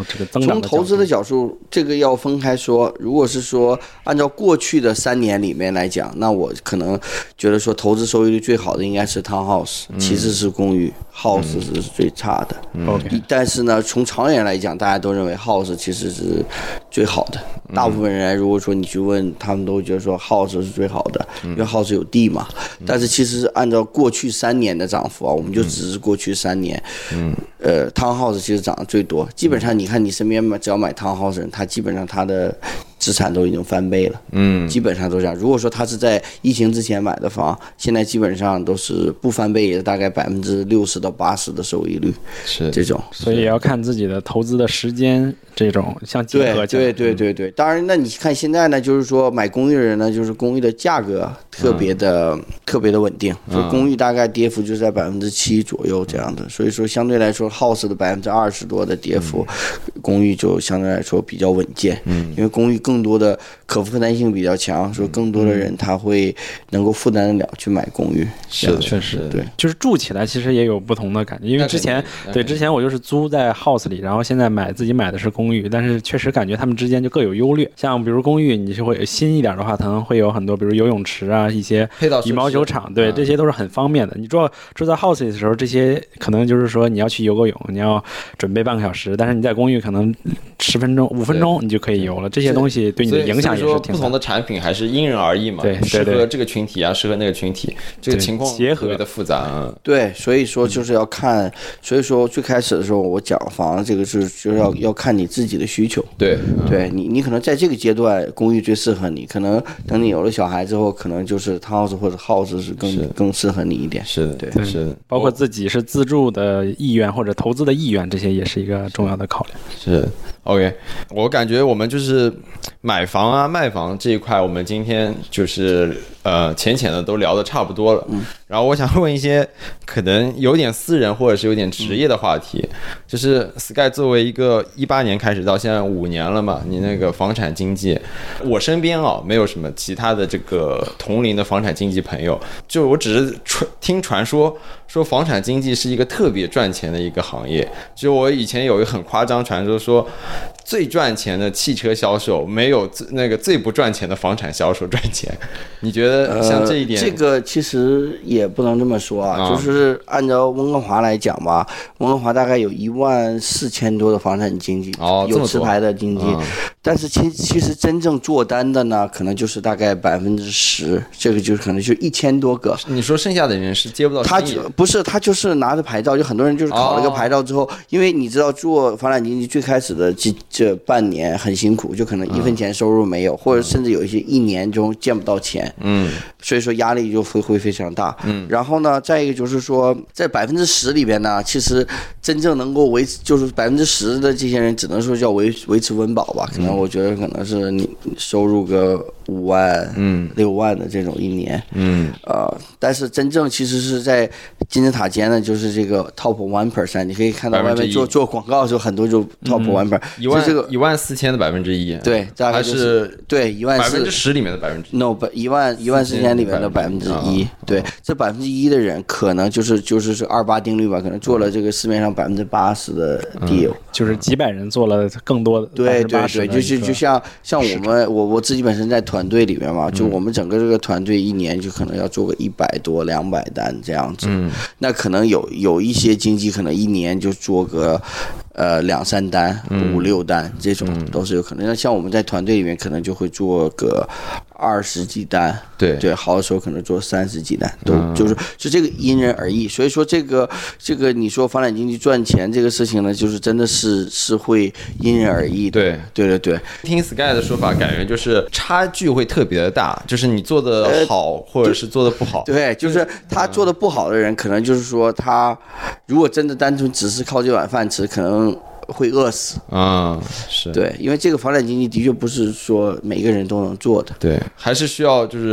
这个增长的角度。 从投资的角度，这个要分开说。如果是说按照过去的三年里面来讲，那我可能觉得说投资收益率最好的应该是 townhouse，、嗯、其次是公寓 ，house 是最差的。 嗯、OK， 但是呢，从长远来讲，大家都认为 house 其实是最好的。大部分人如果说你去问，他们都觉得说 house 是最好的，因为 house 有地嘛。但是其实按照过去三年的涨幅啊，我们就只是过去三年，嗯，呃 ，townhouse 其实涨得最多。基本上你看你身边只要买 townhouse 人，他基本上他的资产都已经翻倍了，嗯，基本上都这样。如果说他是在疫情之前买的房，现在基本上都是不翻倍，也大概百分之六十到八十的收益率， 是这种。 所以也要看自己的投资的时间，这种像结合起来。 对对对对对。当然，那你看现在呢，就是说买公寓的人呢，就是公寓的价格特别的、嗯、特别的稳定，所以公寓大概跌幅就在百分之七左右这样的。所以说相对来说 ，house 的百分之二十多的跌幅、嗯，公寓就相对来说比较稳健。嗯，因为公寓更多的可负担性比较强，说更多的人他会能够负担得了去买公寓。 是的， 确实对， 就是住起来其实也有不同的感觉。因为之前对之前我就是租在 house 里，然后现在买自己买的是公寓，但是确实感觉他们之间就各有优劣。像比如公寓，你是会新一点的话，可能会有很多，比如游泳池啊，一些羽毛球场，对，这些都是很方便的。你住住在 house 里的时候，这些可能就是说你要去游个泳，你要准备半个小时，但是你在公寓可能十分钟、五分钟你就可以游了。这些东西对你的影响也是挺大的。 不同的产品还是因人而异嘛， 对， 适合这个群体啊，适合那个群体，这个情况结合的复杂啊。 对，所以说就是要看，所以说最开始的时候我讲房这个是就是要要看你自己的需求。 对， 对你你可能在这个阶段公寓最适合你，可能等你有了小孩之后，可能就是 townhouse 或者 house 是更是更适合你一点。 是的， 对， 是的， 包括自己是自住的意愿或者投资的意愿，这些也是一个重要的考量。 是 OK， 我感觉我们就是买房啊、卖房这一块，我们今天就是呃浅浅的都聊得差不多了。嗯，然后我想问一些可能有点私人或者是有点职业的话题，嗯、就是 Sky 作为一个一八年开始到现在五年了嘛，你那个房产经纪，我身边啊没有什么其他的这个同龄的房产经纪朋友，就我只是传听传说说房产经纪是一个特别赚钱的一个行业。就我以前有一个很夸张传说说，最赚钱的汽车销售没有那个最不赚钱的房产销售赚钱。你觉得像这一点？ 呃、这个其实也不能这么说啊，嗯、就是按照温哥华来讲吧，温哥华大概有一万四千多的房产经纪， 哦、 有持牌的经纪，嗯、但是其其实真正做单的呢，可能就是大概百分之十，这个就可能就一千多个。 你说剩下的人是接不到生意？ 他不是，他就是拿着牌照，就很多人就是考了个牌照之后，哦、因为你知道做房产经纪最开始的这这半年很辛苦，就可能一分钱收入没有，嗯、或者甚至有一些一年中见不到钱，嗯，所以说压力就会会非常大，嗯，然后呢，再一个就是说，在百分之十里边呢，其实真正能够维持，就是百分之十的这些人，只能说叫维维持温饱吧，可能我觉得可能是你收入个五万、嗯六万的这种一年，嗯，呃，但是真正其实是在金字塔尖呢，就是这个 top one percent， 你可以看到外面做做广告的时候，很多就 top one percent， 一万这个一万四千的百分之一， 对，大概就是对一万百分之十里面的百分之 no 一万一万四千里面的百分之一，对，这百分之一的人可能就是就是是二八定律吧，可能做了这个市面上百分之八十的 deal， 嗯、就是几百人做了更多的， 对对对，就是就像像我们我我自己本身在团队里面嘛，就我们整个这个团队一年就可能要做个一百多两百单这样子，嗯，那可能有有一些经纪可能一年就做个呃两三单、五六单这种都是有可能。那像我们在团队里面可能就会做个二十几单， 对对，好的时候可能做三十几单，都就是就这个因人而异。所以说这个这个你说房产经纪赚钱这个事情呢，就是真的是是会因人而异的。 对对对对， 听 Sky 的说法，感觉就是差距会特别的大，就是你做的好、呃、或者是做的不好。 对，就是他做的不好的人，可能就是说他如果真的单纯只是靠这碗饭吃，可能会饿死啊、嗯，是对，因为这个房产经纪的确不是说每个人都能做的， 对，还是需要就是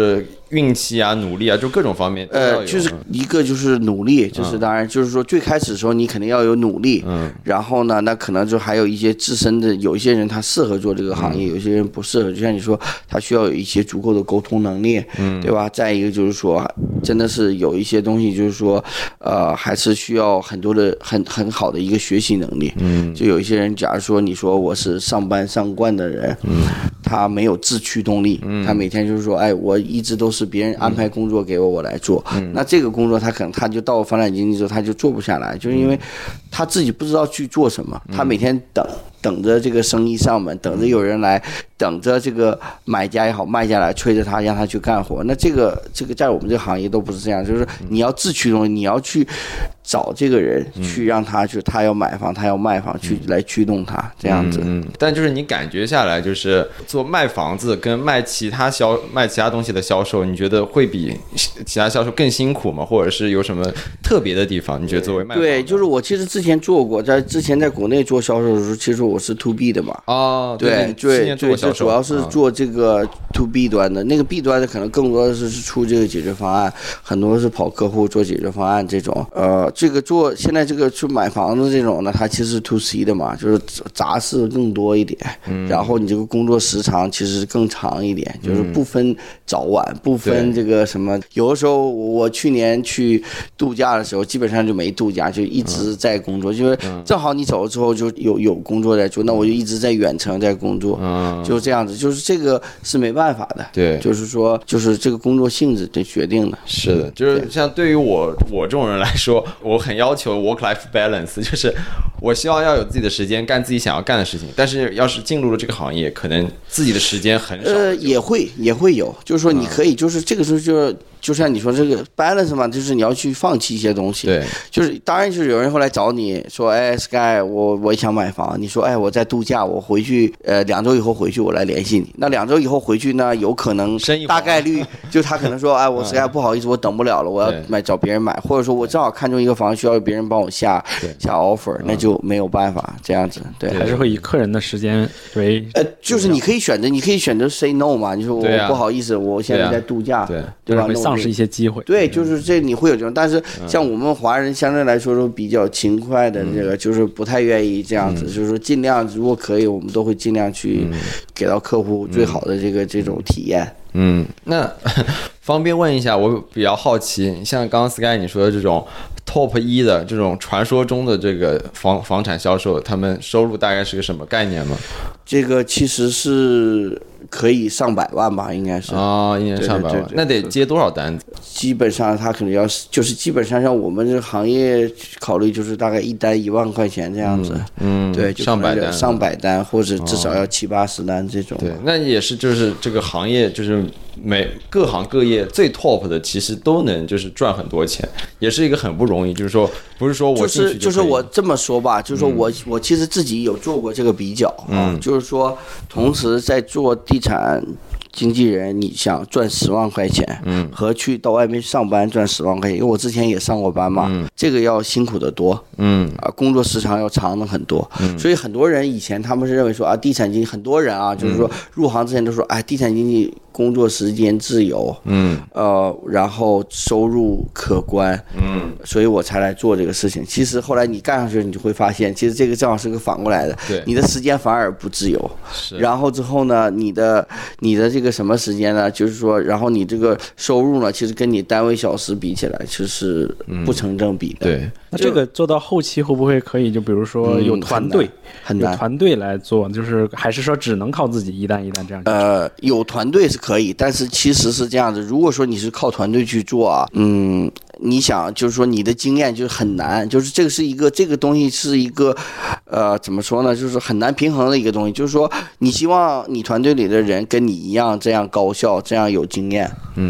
运气啊、努力啊，就各种方面都要有。 呃，就是一个就是努力，就是当然就是说最开始的时候你肯定要有努力，嗯，然后呢，那可能就还有一些自身的，有一些人他适合做这个行业，有些人不适合，就像你说，他需要有一些足够的沟通能力，嗯，对吧？再一个就是说，真的是有一些东西，就是说，呃，还是需要很多的很很好的一个学习能力，嗯，就有一些人，假如说你说我是上班上惯的人，嗯，他没有自驱动力，嗯，他每天就是说，哎，我一直都是别人安排工作给我，我来做，嗯，那这个工作他可能他就到房产经纪之后，他就做不下来，就是因为他自己不知道去做什么，他每天等。等着这个生意上门，等着有人来，等着这个买家也好，卖家来催着他，让他去干活。那这个这个在我们这个行业都不是这样，就是你要自驱动，你要去找这个人，去让他去，他要买房，他要卖房，去来驱动他这样子。 嗯，但就是你感觉下来，就是做卖房子跟卖其他销卖其他东西的销售，你觉得会比其他销售更辛苦吗？或者是有什么特别的地方？你觉得作为卖房对，就是我其实之前做过，在之前在国内做销售的时候，其实我是 to B 的嘛。 哦， 对对对，这主要是做这个 to B 端的，那个 B 端的可能更多的是出这个解决方案，很多是跑客户做解决方案这种。呃，这个做现在这个去买房子这种呢，它其实是 to C 的嘛，就是杂事更多一点，嗯，然后你这个工作时长其实更长一点，就是不分早晚，不分这个什么。有的时候我去年去度假的时候，基本上就没度假，就一直在工作，就是正好你走了之后就有有工作在做，那我就一直在远程在工作，嗯，就这样子，就是这个是没办法的， 对， 就是说，就是这个工作性质得决定的。 是的，就是像对于我我这种人来说，我很要求 work-life balance， 就是我希望要有自己的时间干自己想要干的事情，但是要是进入了这个行业，可能自己的时间很少。 呃，也会也会有，就是说你可以，就是这个时候就是就像你说这个 balance 嘛，就是你要去放弃一些东西。 对， 就是当然就是有人后来找你说，哎 ，Sky， 我我也想买房，你说，哎，我在度假，我回去，呃，两周以后回去我来联系你。那两周以后回去呢，有可能大概率就他可能说，哎，我 Sky 不好意思，我等不了了，我要买找别人买，或者说我正好看中一个房，需要别人帮我下下 offer， 那就没有办法这样子。对， 还是会以客人的时间为。 呃，就是你可以选择，你可以选择 say no 嘛，你说我不好意思，我现在在度假， 对对吧？ 会丧失一些机会。 对，就是这你会有这种，但是像我们华人相对来说都比较勤快的，这个就是不太愿意这样子，就是说尽量如果可以，我们都会尽量去给到客户最好的这个这种体验。 嗯，那方便问一下，我比较好奇，像刚刚 Sky 你说的这种 top 一的这种传说中的这个房房产销售，他们收入大概是个什么概念吗？ 这个其实是可以上百万吧，应该是啊，一年上百万，对对对对，那得接多少单子？ 基本上他可能要就是基本上像我们这个行业考虑，就是大概一单一万块钱这样子，嗯，对，就上百单， 上百单或者至少要七八十单这种。 对，那也是就是这个行业就是每各行各业最 top 的，其实都能就是赚很多钱，也是一个很不容易，就是说不是说我进去就就是就是我这么说吧，就是说我、嗯、我其实自己有做过这个比较啊，嗯、就是说同时在做地产经纪人，你想赚十万块钱，嗯，和去到外面上班赚十万块钱，因为我之前也上过班嘛，嗯，这个要辛苦得多，嗯，啊，工作时长要长的很多，嗯，所以很多人以前他们是认为说啊，地产经纪很多人啊，就是说入行之前都说，哎，地产经纪工作时间自由，嗯，呃，然后收入可观，嗯，所以我才来做这个事情。其实后来你干上去，你就会发现，其实这个正好是个反过来的， 对， 你的时间反而不自由，是，然后之后呢，你的你的这个什么时间呢？就是说，然后你这个收入呢，其实跟你单位小时比起来，其实是不成正比的。 嗯、对， 那这个做到后期会不会可以？就比如说有团队，嗯、 很难， 有团队来做，就是还是说只能靠自己一单一单这样？ 呃，有团队是可以，但是其实是这样子。如果说你是靠团队去做啊，嗯。你想，就是说你的经验就是很难，就是这个是一个这个东西是一个，呃，怎么说呢？就是很难平衡的一个东西。就是说，你希望你团队里的人跟你一样这样高效，这样有经验，嗯，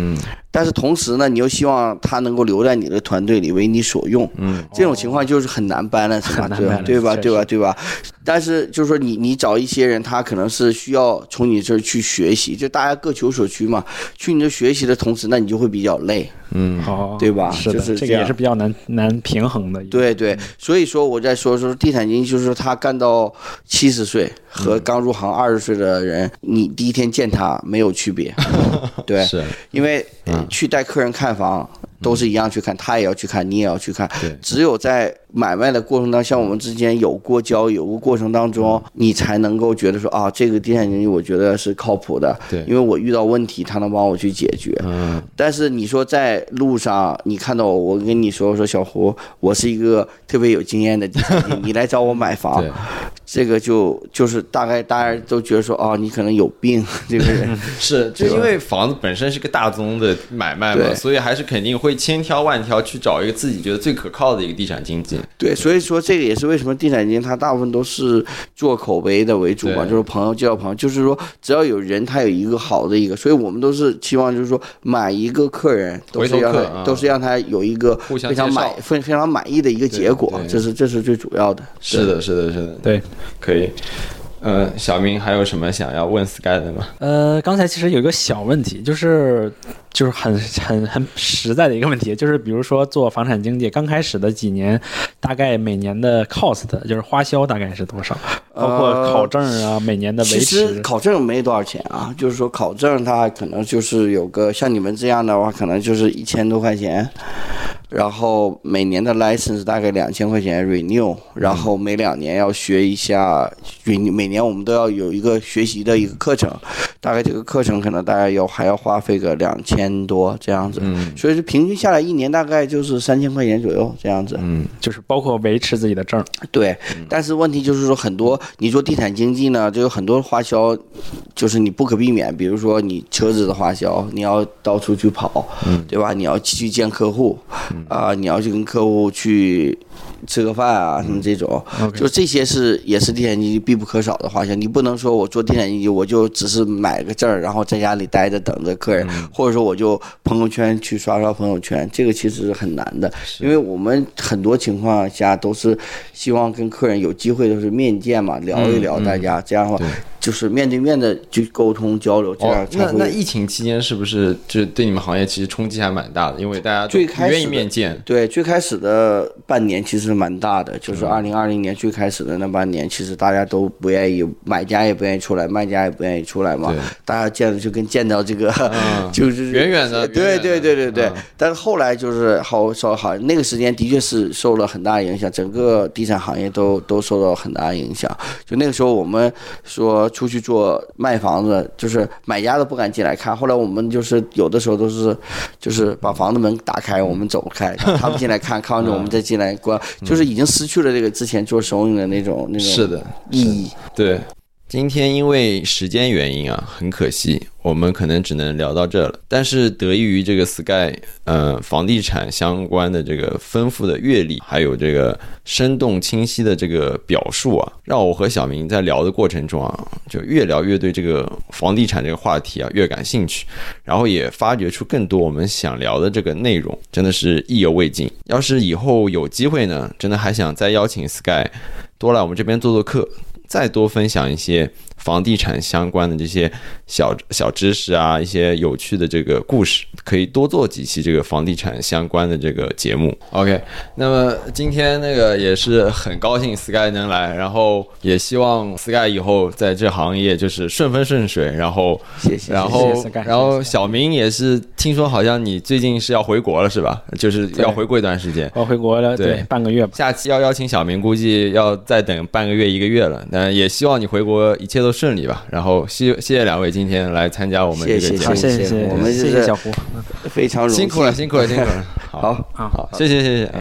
但是同时呢，你又希望他能够留在你的团队里为你所用， 嗯， 这种情况就是很难办了，是吧？对吧？对吧？对吧？对吧？但是就是说你，你找一些人，他可能是需要从你这儿去学习，就大家各求所需嘛。去你这学习的同时，那你就会比较累， 嗯， 好， 对吧？ 是的， 就是这个也是比较难难平衡的。 对对，所以说我在说说地产经纪，就是说他干到七十岁和刚入行二十岁的人，你第一天见他没有区别，对， 是因为去带客人看房。都是一样去看，他也要去看，你也要去看。只有在买卖的过程当中，像我们之间有过交友过过程当中，你才能够觉得说啊，这个地产经纪我觉得是靠谱的。 对， 因为我遇到问题，他能帮我去解决。 嗯。 但是你说在路上，你看到我，我跟你说，我说小胡，我是一个特别有经验的地产经纪，你来找我买房，这个就就是大概大家都觉得说，哦，你可能有病，这个人是，就因为房子本身是个大宗的买卖嘛，所以还是肯定会千挑万挑去找一个自己觉得最可靠的一个地产经纪。 对，所以说这个也是为什么地产经纪他大部分都是做口碑的为主嘛，就是朋友介绍朋友，就是说只要有人他有一个好的一个，所以我们都是期望就是说买一个客人都是让他、啊、都是让他有一个非常满非非常满意的一个结果，这是这是最主要的。 是的，是的，是的， 对， 可以。呃，小明还有什么想要问 Sky 的吗？ 呃，刚才其实有一个小问题，就是就是很很很实在的一个问题，就是比如说做房产经纪刚开始的几年，大概每年的 cost 就是花销大概是多少？包括考证啊，呃、每年的维持。 其实考证没多少钱啊，就是说考证它可能就是有个像你们这样的话，可能就是一千多块钱。然后每年的 license 大概两千块钱 renew， 然后每两年要学一下 renew， 每年我们都要有一个学习的一个课程，大概这个课程可能大概要还要花费个两千多这样子，嗯，所以是平均下来一年大概就是三千块钱左右这样子， 嗯，就是包括维持自己的证， 对，但是问题就是说很多你做地产经纪呢，就有很多花销，就是你不可避免，比如说你车子的花销，你要到处去跑，嗯，对吧？你要去见客户。啊、呃，你要去跟客户去吃个饭啊，什么这种，嗯、就这些是也是地产经纪必不可少的花销。你不能说我做地产经纪，我就只是买个证，然后在家里待着等着客人，嗯、或者说我就朋友圈去刷刷朋友圈，这个其实是很难的，因为我们很多情况下都是希望跟客人有机会都是面见嘛，聊一聊大家，嗯嗯、这样的话。就是面对面的去沟通交流，这样才会。 哦、那那疫情期间是不是就对你们行业其实冲击还蛮大的？因为大家最开始愿意面见。 对，最开始的半年其实蛮大的，就是二零二零年最开始的那半年，其实大家都不愿意，买家也不愿意出来，卖家也不愿意出来嘛。大家见了就跟见到这个，嗯、就是远远的。 对对对对对。嗯、但是后来就是好稍好，那个时间的确是受了很大影响，整个地产行业都都受到很大影响。就那个时候我们说。出去做卖房子，就是买家都不敢进来看。后来我们就是有的时候都是，就是把房子门打开，我们走开，他们进来看，看完之后我们再进来关，就是已经失去了这个之前做首映的那种那种是的意义。 对，今天因为时间原因啊，很可惜，我们可能只能聊到这了。但是得益于这个 Sky 呃房地产相关的这个丰富的阅历，还有这个生动清晰的这个表述啊，让我和小明在聊的过程中啊，就越聊越对这个房地产这个话题啊越感兴趣，然后也发掘出更多我们想聊的这个内容，真的是意犹未尽。要是以后有机会呢，真的还想再邀请 Sky 多来我们这边做做客，再多分享一些房地产相关的这些小小知识啊，一些有趣的这个故事，可以多做几期这个房地产相关的这个节目。OK， 那么今天那个也是很高兴 Sky 能来，然后也希望 Sky 以后在这行业就是顺风顺水，然后谢谢， 然后谢谢然后小明也是听说好像你最近是要回国了是吧？就是要回国一段时间。 我回国了， 对, 对，半个月吧。 下期要邀请小明，估计要再等半个月一个月了。那也希望你回国一切都顺利吧。然后谢谢谢两位今天来参加我们这个节目， 谢谢谢谢， 我们谢谢小胡， 非常荣幸， 辛苦了辛苦了辛苦了。 好好好，谢谢谢谢。